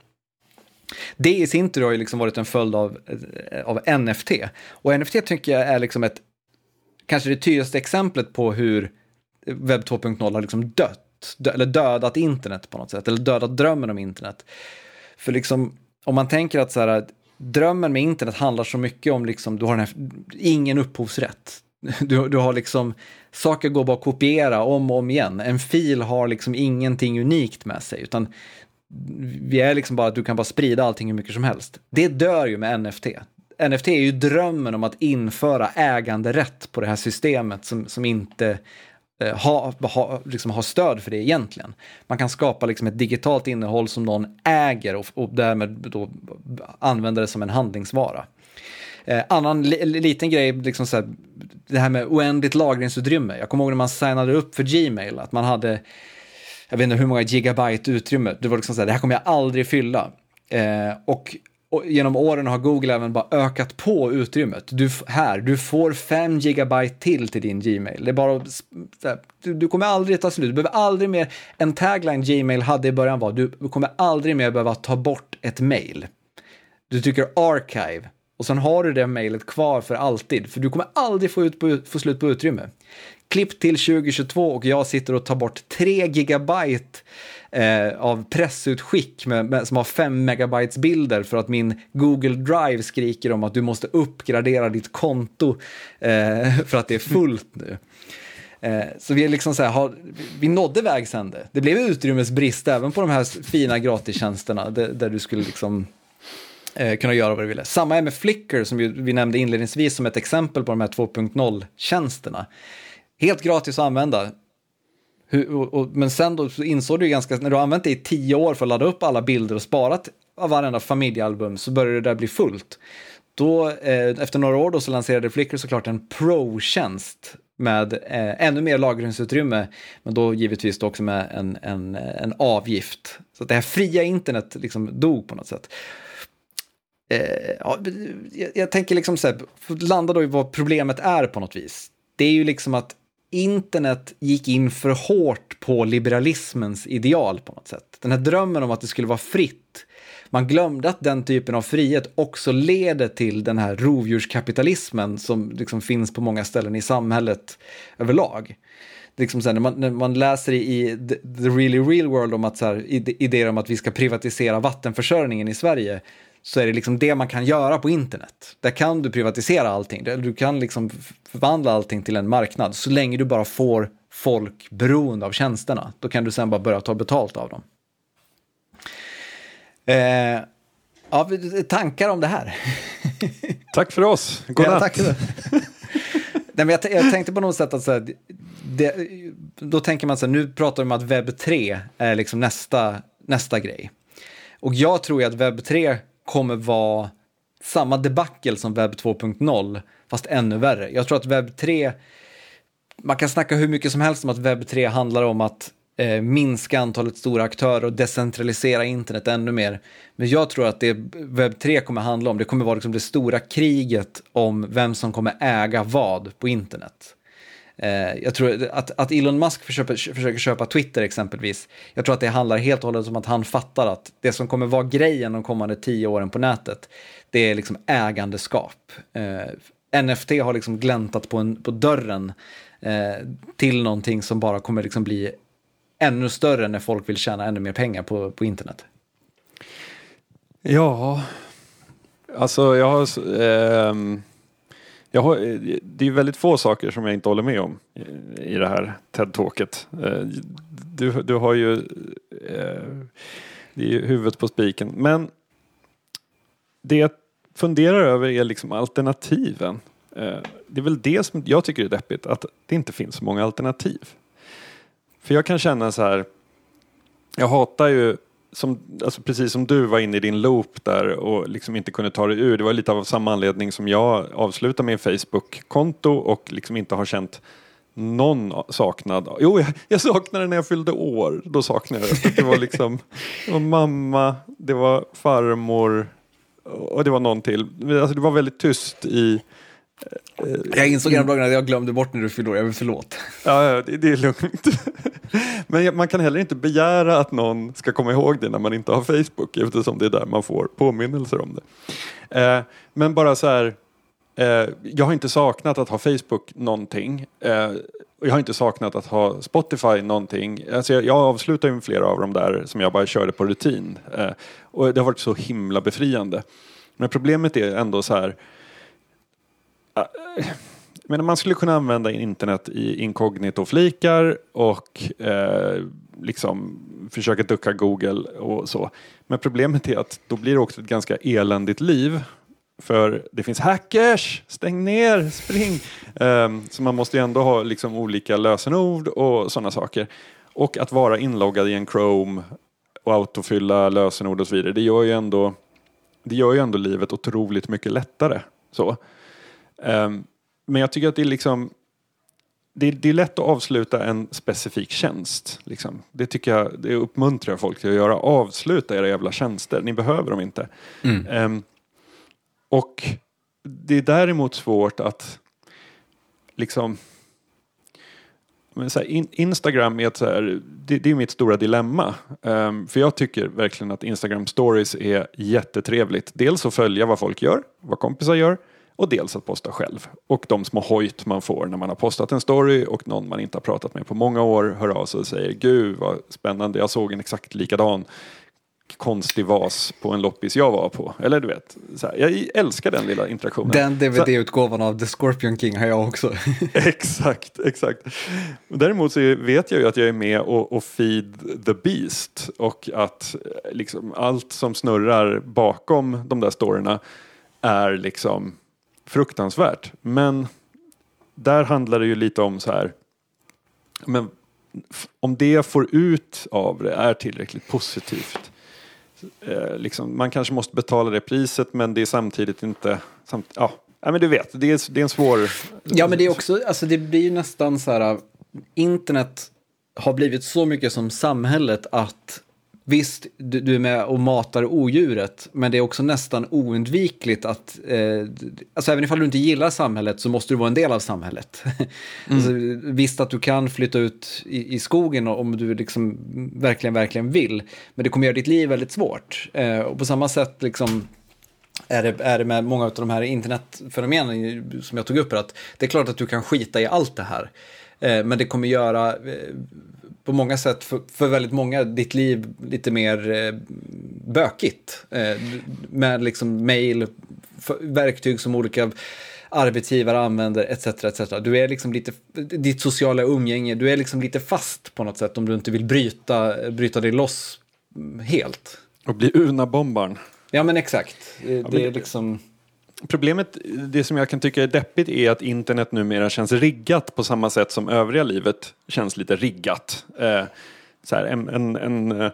Det i sin tur har ju liksom varit en följd av, av N F T. Och N F T tycker jag är liksom ett, kanske det tydligaste exemplet på hur webb två punkt noll har liksom dött. Dö, eller dödat internet på något sätt. Eller dödat drömmen om internet. För liksom om man tänker att så här, drömmen med internet handlar så mycket om liksom, du har den här, ingen upphovsrätt. Du, du har liksom, saker går bara att kopiera om och om igen. En fil har liksom ingenting unikt med sig, utan vi är liksom bara att du kan bara sprida allting hur mycket som helst. Det dör ju med N F T. N F T är ju drömmen om att införa äganderätt på det här systemet som, som inte Ha, ha, liksom ha stöd för det egentligen. Man kan skapa liksom ett digitalt innehåll som någon äger och, och därmed då använda det som en handlingsvara. Eh, annan li, liten grej, liksom så här, det här med oändligt lagringsutrymme. Jag kommer ihåg när man signade upp för Gmail att man hade, jag vet inte hur många gigabyte utrymme. Det var liksom så här, det här kommer jag aldrig fylla. Eh, och Och genom åren har Google även bara ökat på utrymmet. Du, här, du får fem gigabyte till till din Gmail. Det är bara, du, du kommer aldrig ta slut. Du behöver aldrig mer, en tagline Gmail hade i början var, du kommer aldrig mer behöva ta bort ett mail. Du trycker archive och sen har du det mailet kvar för alltid. För du kommer aldrig få, ut på, få slut på utrymme. Klipp till tjugo tjugotvå och jag sitter och tar bort tre gigabyte eh, av pressutskick med, med, som har fem megabytes bilder för att min Google Drive skriker om att du måste uppgradera ditt konto eh, för att det är fullt nu. Eh, så vi, liksom så här, har, vi nådde vägs ände. Det blev utrymmesbrist även på de här fina gratistjänsterna där, där du skulle liksom eh, kunna göra vad du ville. Samma är med Flickr som vi, vi nämnde inledningsvis som ett exempel på de här två punkt noll-tjänsterna. Helt gratis att använda. Hur, och, och, men sen då så insåg du ganska, när du har använt det i tio år för att ladda upp alla bilder och sparat av varenda familjealbum så började det där bli fullt. Då, eh, efter några år då så lanserade Flickr såklart en pro-tjänst med eh, ännu mer lagringsutrymme, men då givetvis då också med en, en, en avgift. Så att det här fria internet liksom dog på något sätt. Eh, ja, jag, jag tänker liksom så här, landa då i vad problemet är på något vis. Det är ju liksom att internet gick in för hårt på liberalismens ideal på något sätt. Den här drömmen om att det skulle vara fritt. Man glömde att den typen av frihet också leder till den här rovdjurskapitalismen som liksom finns på många ställen i samhället överlag. Det är liksom så här, när, man, när man läser i the, the really real world om att så här, idéer om att vi ska privatisera vattenförsörjningen i Sverige, så är det liksom det man kan göra på internet. Där kan du privatisera allting. Du kan liksom förvandla allting till en marknad så länge du bara får folk beroende av tjänsterna. Då kan du sen bara börja ta betalt av dem. Eh, ja, tankar om det här? Tack för oss. Godnatt. Ja, tack för det. Nej, men jag, t- jag tänkte på något sätt att så här, det, då tänker man så här, nu pratar vi om att webb tre är liksom nästa, nästa grej. Och jag tror ju att webb tre kommer vara samma debacle som webb två punkt noll, fast ännu värre. Jag tror att webb tre, man kan snacka hur mycket som helst om att webb tre handlar om att eh, minska antalet stora aktörer och decentralisera internet ännu mer. Men jag tror att det webb tre kommer handla om, det kommer vara liksom det stora kriget om vem som kommer äga vad på internet. Jag tror att, att Elon Musk försöker, försöker köpa Twitter exempelvis. Jag tror att det handlar helt och hållet om att han fattar att det som kommer vara grejen de kommande tio åren på nätet, det är liksom ägandeskap. Eh, N F T har liksom gläntat på, en, på dörren eh, till någonting som bara kommer liksom bli ännu större när folk vill tjäna ännu mer pengar på, på internet. Ja, alltså jag har... Ehm... Jag har, det är väldigt få saker som jag inte håller med om i, i det här TED-talket. Du, du har ju eh, det är ju huvudet på spiken. Men det jag funderar över är liksom alternativen. Eh, det är väl det som jag tycker är deppigt, att det inte finns så många alternativ. För jag kan känna så här, jag hatar ju Som, alltså precis som du var inne i din loop där och liksom inte kunde ta dig ur. Det var lite av samma anledning som jag avslutade med Facebook-konto och liksom inte har känt någon saknad. Jo, jag, jag saknade när jag fyllde år. Då saknade jag. Det var liksom det var mamma, det var farmor och det var någon till. Alltså det var väldigt tyst i... Jag insåg en dag att jag glömde bort när du fyllde år. Jag vill förlåt. Ja, det, det är lugnt. Men man kan heller inte begära att någon ska komma ihåg det när man inte har Facebook, eftersom det är där man får påminnelser om det. Eh, men bara så här, eh, jag har inte saknat att ha Facebook någonting. Eh, och jag har inte saknat att ha Spotify någonting. Alltså jag, jag avslutar ju med flera av dem där som jag bara körde på rutin. Eh, och det har varit så himla befriande. Men problemet är ändå så här... Men man skulle kunna använda internet i inkognito-flikar och eh, liksom försöka ducka Google och så. Men problemet är att då blir det också ett ganska eländigt liv. För det finns hackers, stäng ner, spring. Um, så man måste ju ändå ha liksom olika lösenord och sådana saker. Och att vara inloggad i en Chrome och autofylla lösenord och så vidare. Det gör ju ändå, det gör ju ändå livet otroligt mycket lättare. Så. Um, men jag tycker att det är liksom det, det är lätt att avsluta en specifik tjänst. Liksom. Det tycker jag, det uppmuntrar folk till att göra. Avsluta era jävla tjänster. Ni behöver dem inte. Mm. Um, och det är däremot svårt att liksom men så här, in, Instagram är ett så här, det, det är mitt stora dilemma. Um, för jag tycker verkligen att Instagram stories är jättetrevligt. Dels att följa vad folk gör, vad kompisar gör. Och dels att posta själv. Och de små hojt man får när man har postat en story och någon man inte har pratat med på många år hör av sig och säger gud vad spännande, jag såg en exakt likadan. konstig vas på en loppis jag var på. Eller du vet, så här, jag älskar den lilla interaktionen. Den D V D-utgåvan av The Scorpion King har jag också. Exakt, exakt. Däremot så vet jag ju att jag är med och, och feed the beast. Och att liksom allt som snurrar bakom de där storyna är liksom fruktansvärt. Men där handlar det ju lite om så här, men om det jag får ut av det är tillräckligt positivt. Eh, liksom, man kanske måste betala det priset, men det är samtidigt inte... Samt, ja, ja, men du vet, det är, det är en svår... Ja, men det är också, alltså det blir ju nästan så här, internet har blivit så mycket som samhället att visst, du, du är med och matar odjuret, men det är också nästan oundvikligt att, eh, alltså även ifall du inte gillar samhället så måste du vara en del av samhället. Mm. Alltså, visst att du kan flytta ut i, i skogen om du liksom verkligen, verkligen vill, men det kommer göra ditt liv väldigt svårt. Eh, och på samma sätt liksom är det, är det med många av de här internetfenomenen som jag tog upp, att det är klart att du kan skita i allt det här. Eh, men det kommer göra... Eh, på många sätt för, för väldigt många ditt liv lite mer eh, bökigt. Eh, med liksom mail, för, verktyg som olika arbetsgivare använder et cetera et cetera. Du är liksom lite, ditt sociala umgänge, du är liksom lite fast på något sätt om du inte vill bryta, bryta dig loss helt. Och bli Una-bombaren. Ja, men exakt. Det, ja, men det är liksom... Problemet, det som jag kan tycka är deppigt, är att internet numera känns riggat på samma sätt som övriga livet känns lite riggat. Eh, så här, en, en, en,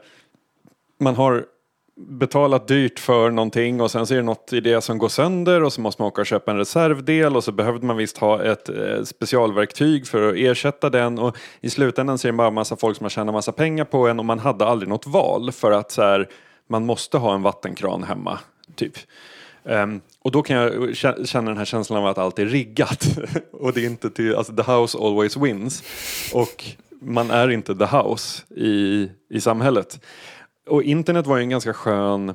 man har betalat dyrt för någonting och sen så är det något i det som går sönder och så måste man åka och köpa en reservdel och så behövde man visst ha ett eh, specialverktyg för att ersätta den, och i slutändan så är det bara en massa folk som har tjänat massa pengar på en och man hade aldrig något val för att så här, man måste ha en vattenkran hemma, typ. Um, och då kan jag känna den här känslan av att allt är riggat. Och det är inte till, alltså the house always wins. Och man är inte the house i, i samhället. Och internet var ju en ganska skön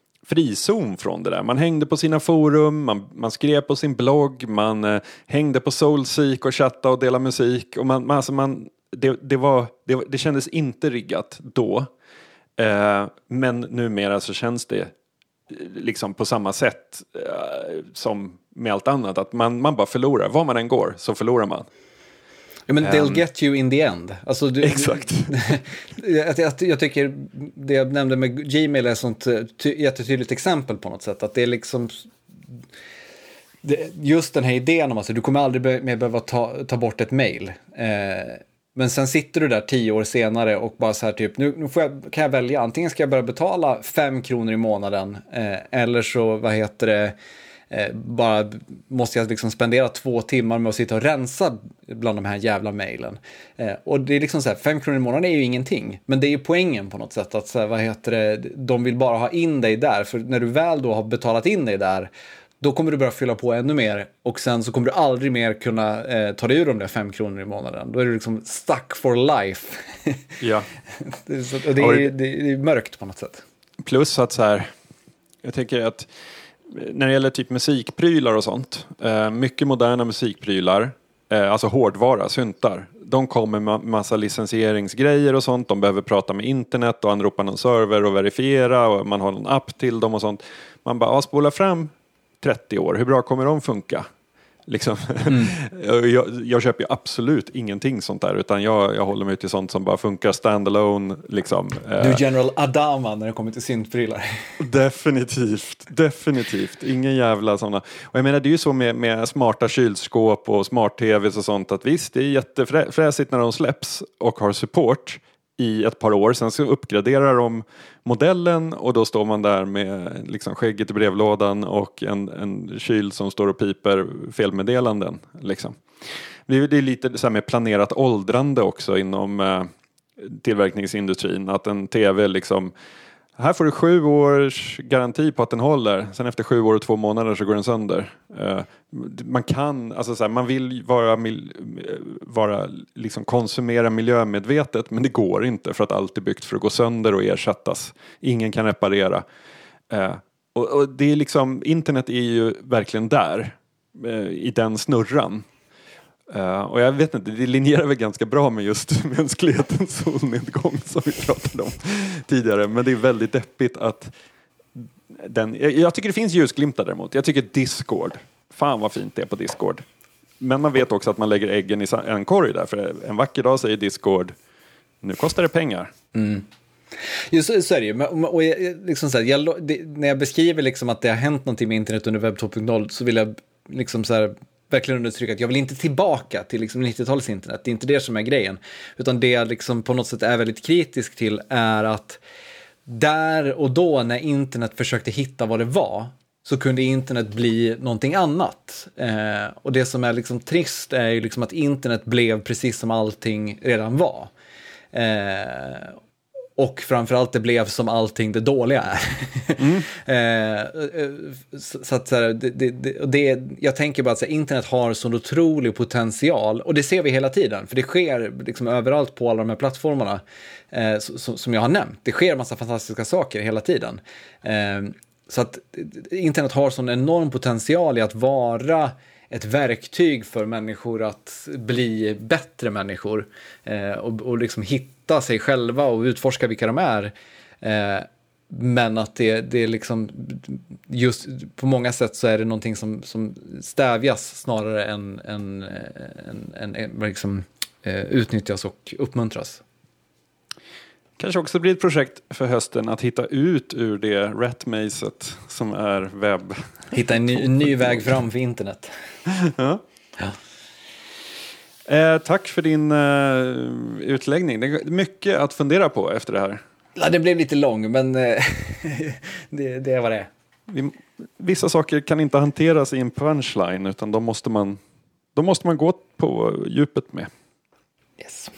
frizon från det där. Man hängde på sina forum, man, man skrev på sin blogg, man eh, hängde på Soulseek och chattade och delade musik. Och man, man, alltså man, det, det, var, det, det kändes inte riggat då. Eh, men numera så känns det liksom på samma sätt uh, som med allt annat, att man, man bara förlorar. Var man än går så förlorar man. Ja, men they'll um, get you in the end. Alltså, du, exakt. jag, jag, jag tycker det jag nämnde med Gmail är ett sånt ty, jättetydligt exempel på något sätt. Att det är liksom det, just den här idén om att du kommer aldrig be, mer behöva ta, ta bort ett mail. Eh, Men sen sitter du där tio år senare och bara så här typ, nu, nu får jag, kan jag välja, antingen ska jag börja betala fem kronor i månaden eh, eller så, vad heter det, eh, bara måste jag liksom spendera två timmar med att sitta och rensa bland de här jävla mejlen. Eh, och det är liksom så här, fem kronor i månaden är ju ingenting, men det är ju poängen på något sätt att så här, vad heter det, de vill bara ha in dig där, för när du väl då har betalat in dig där, då kommer du börja fylla på ännu mer och sen så kommer du aldrig mer kunna eh, ta dig ur de där fem kronor i månaden. Då är du liksom stuck for life. Ja. det, så, och det, är, det, det är mörkt på något sätt. Plus att så här, jag tänker att när det gäller typ musikprylar och sånt, eh, mycket moderna musikprylar, eh, alltså hårdvara, syntar, de kommer med massa licensieringsgrejer och sånt. De behöver prata med internet och anropa någon server och verifiera, och man har någon app till dem och sånt. Man bara, spola fram trettio år, hur bra kommer de funka? Liksom. Mm. jag, jag köper ju absolut ingenting sånt där, utan jag, jag håller mig till sånt som bara funkar standalone. Liksom. Du är General Adama när det kommer till syntprylar. Definitivt, definitivt. Ingen jävla sådana. Och jag menar, det är ju så med, med smarta kylskåp och smart-tvs och sånt, att visst, det är jättefräsigt när de släpps och har support i ett par år. Sen så uppgraderar de modellen och då står man där med liksom skägget i brevlådan och en, en kyl som står och piper felmeddelanden. Liksom. Det är lite så här med planerat åldrande också inom eh, tillverkningsindustrin. Att en tv liksom, här får du sju års garanti på att den håller. Sen efter sju år och två månader så går den sönder. Uh, man kan, alltså så här, man vill vara, mil, vara liksom konsumera miljömedvetet, men det går inte för att allt är byggt för att gå sönder och ersättas. Ingen kan reparera. Uh, och, och det är liksom, internet är ju verkligen där uh, i den snurran. Uh, och jag vet inte, det linjerar väl ganska bra med just mänsklighetens solnedgång som vi pratade om tidigare. Men det är väldigt deppigt att den, jag, jag tycker det finns ljusglimtar däremot. Jag tycker Discord, fan vad fint det är på Discord. Men man vet också att man lägger äggen i en korg där. För en vacker dag säger Discord, nu kostar det pengar. Mm. Just så, så är det ju. Men, och jag, liksom så här, jag, det, när jag beskriver liksom att det har hänt någonting med internet under webb två punkt noll så vill jag liksom så här, verkligen understryka att jag vill inte tillbaka till liksom nittiotalets internet. Det är inte det som är grejen. Utan det jag liksom på något sätt är väldigt kritisk till är att där och då när internet försökte hitta vad det var så kunde internet bli någonting annat. Eh, och det som är liksom trist är ju liksom att internet blev precis som allting redan var. Eh, och framförallt det blev som allting det dåliga är. Mm. eh, så, så att så här, det, det, det, jag tänker bara att så här, internet har sån otrolig potential. Och det ser vi hela tiden. För det sker liksom överallt på alla de här plattformarna eh, som, som jag har nämnt. Det sker en massa fantastiska saker hela tiden. Eh, Så att internet har sån enorm potential i att vara ett verktyg för människor att bli bättre människor eh, och, och liksom hitta sig själva och utforska vilka de är. Eh, men att det, det är liksom just på många sätt så är det någonting som, som stävjas snarare än, än, än, än, än liksom, eh, utnyttjas och uppmuntras. Kanske också blir ett projekt för hösten att hitta ut ur det rat-mazet som är webb. Hitta en ny, ny väg fram för internet. Ja. Ja. Eh, tack för din eh, utläggning. Det är mycket att fundera på efter det här. Ja, det blev lite lång, men eh, det, det är vad det är. Vi, vissa saker kan inte hanteras i en punchline, utan då måste man, då måste man gå på djupet med. Yes.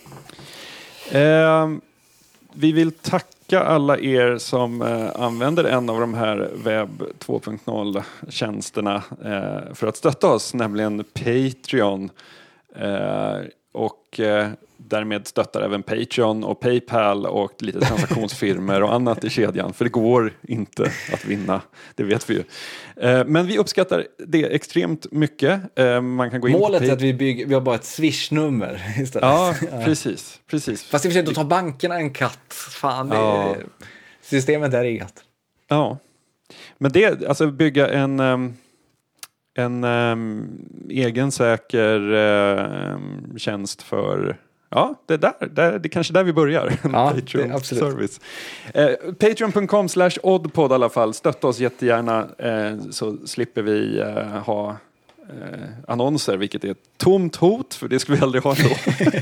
Eh, Vi vill tacka alla er som eh, använder en av de här webb två punkt noll-tjänsterna eh, för att stötta oss, nämligen Patreon. Eh, och eh, därmed stöttar även Patreon och PayPal och lite transaktionsfirmor och annat i kedjan. För det går inte att vinna, det vet vi ju. Eh, men vi uppskattar det extremt mycket. Eh, man kan gå in Målet på är att vi, bygger, vi har bara ett Swish-nummer istället. Ja, precis, precis. Fast i och för sig, då tar bankerna en katt. Fan, det, Ja. systemet är riggat. Ja, men det, alltså bygga en, um, en um, egen säker um, tjänst för, ja, det är där, där, det är kanske där vi börjar. Ja, Patreon det, absolut. service. Uh, Patreon punkt com slash oddpod i alla fall. Stötta oss jättegärna uh, så slipper vi uh, ha uh, annonser, vilket är ett tomt hot, för det skulle vi aldrig ha då.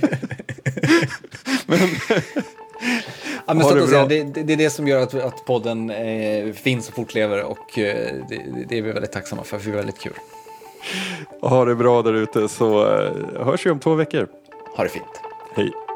Men... Ja, men så att säga, det, det, det är det som gör att, att podden eh, finns och fortlever, och eh, det, det är vi väldigt tacksamma för, för det är väldigt kul. Ha det bra där ute, så eh, hörs vi om två veckor. Ha det fint. Hej.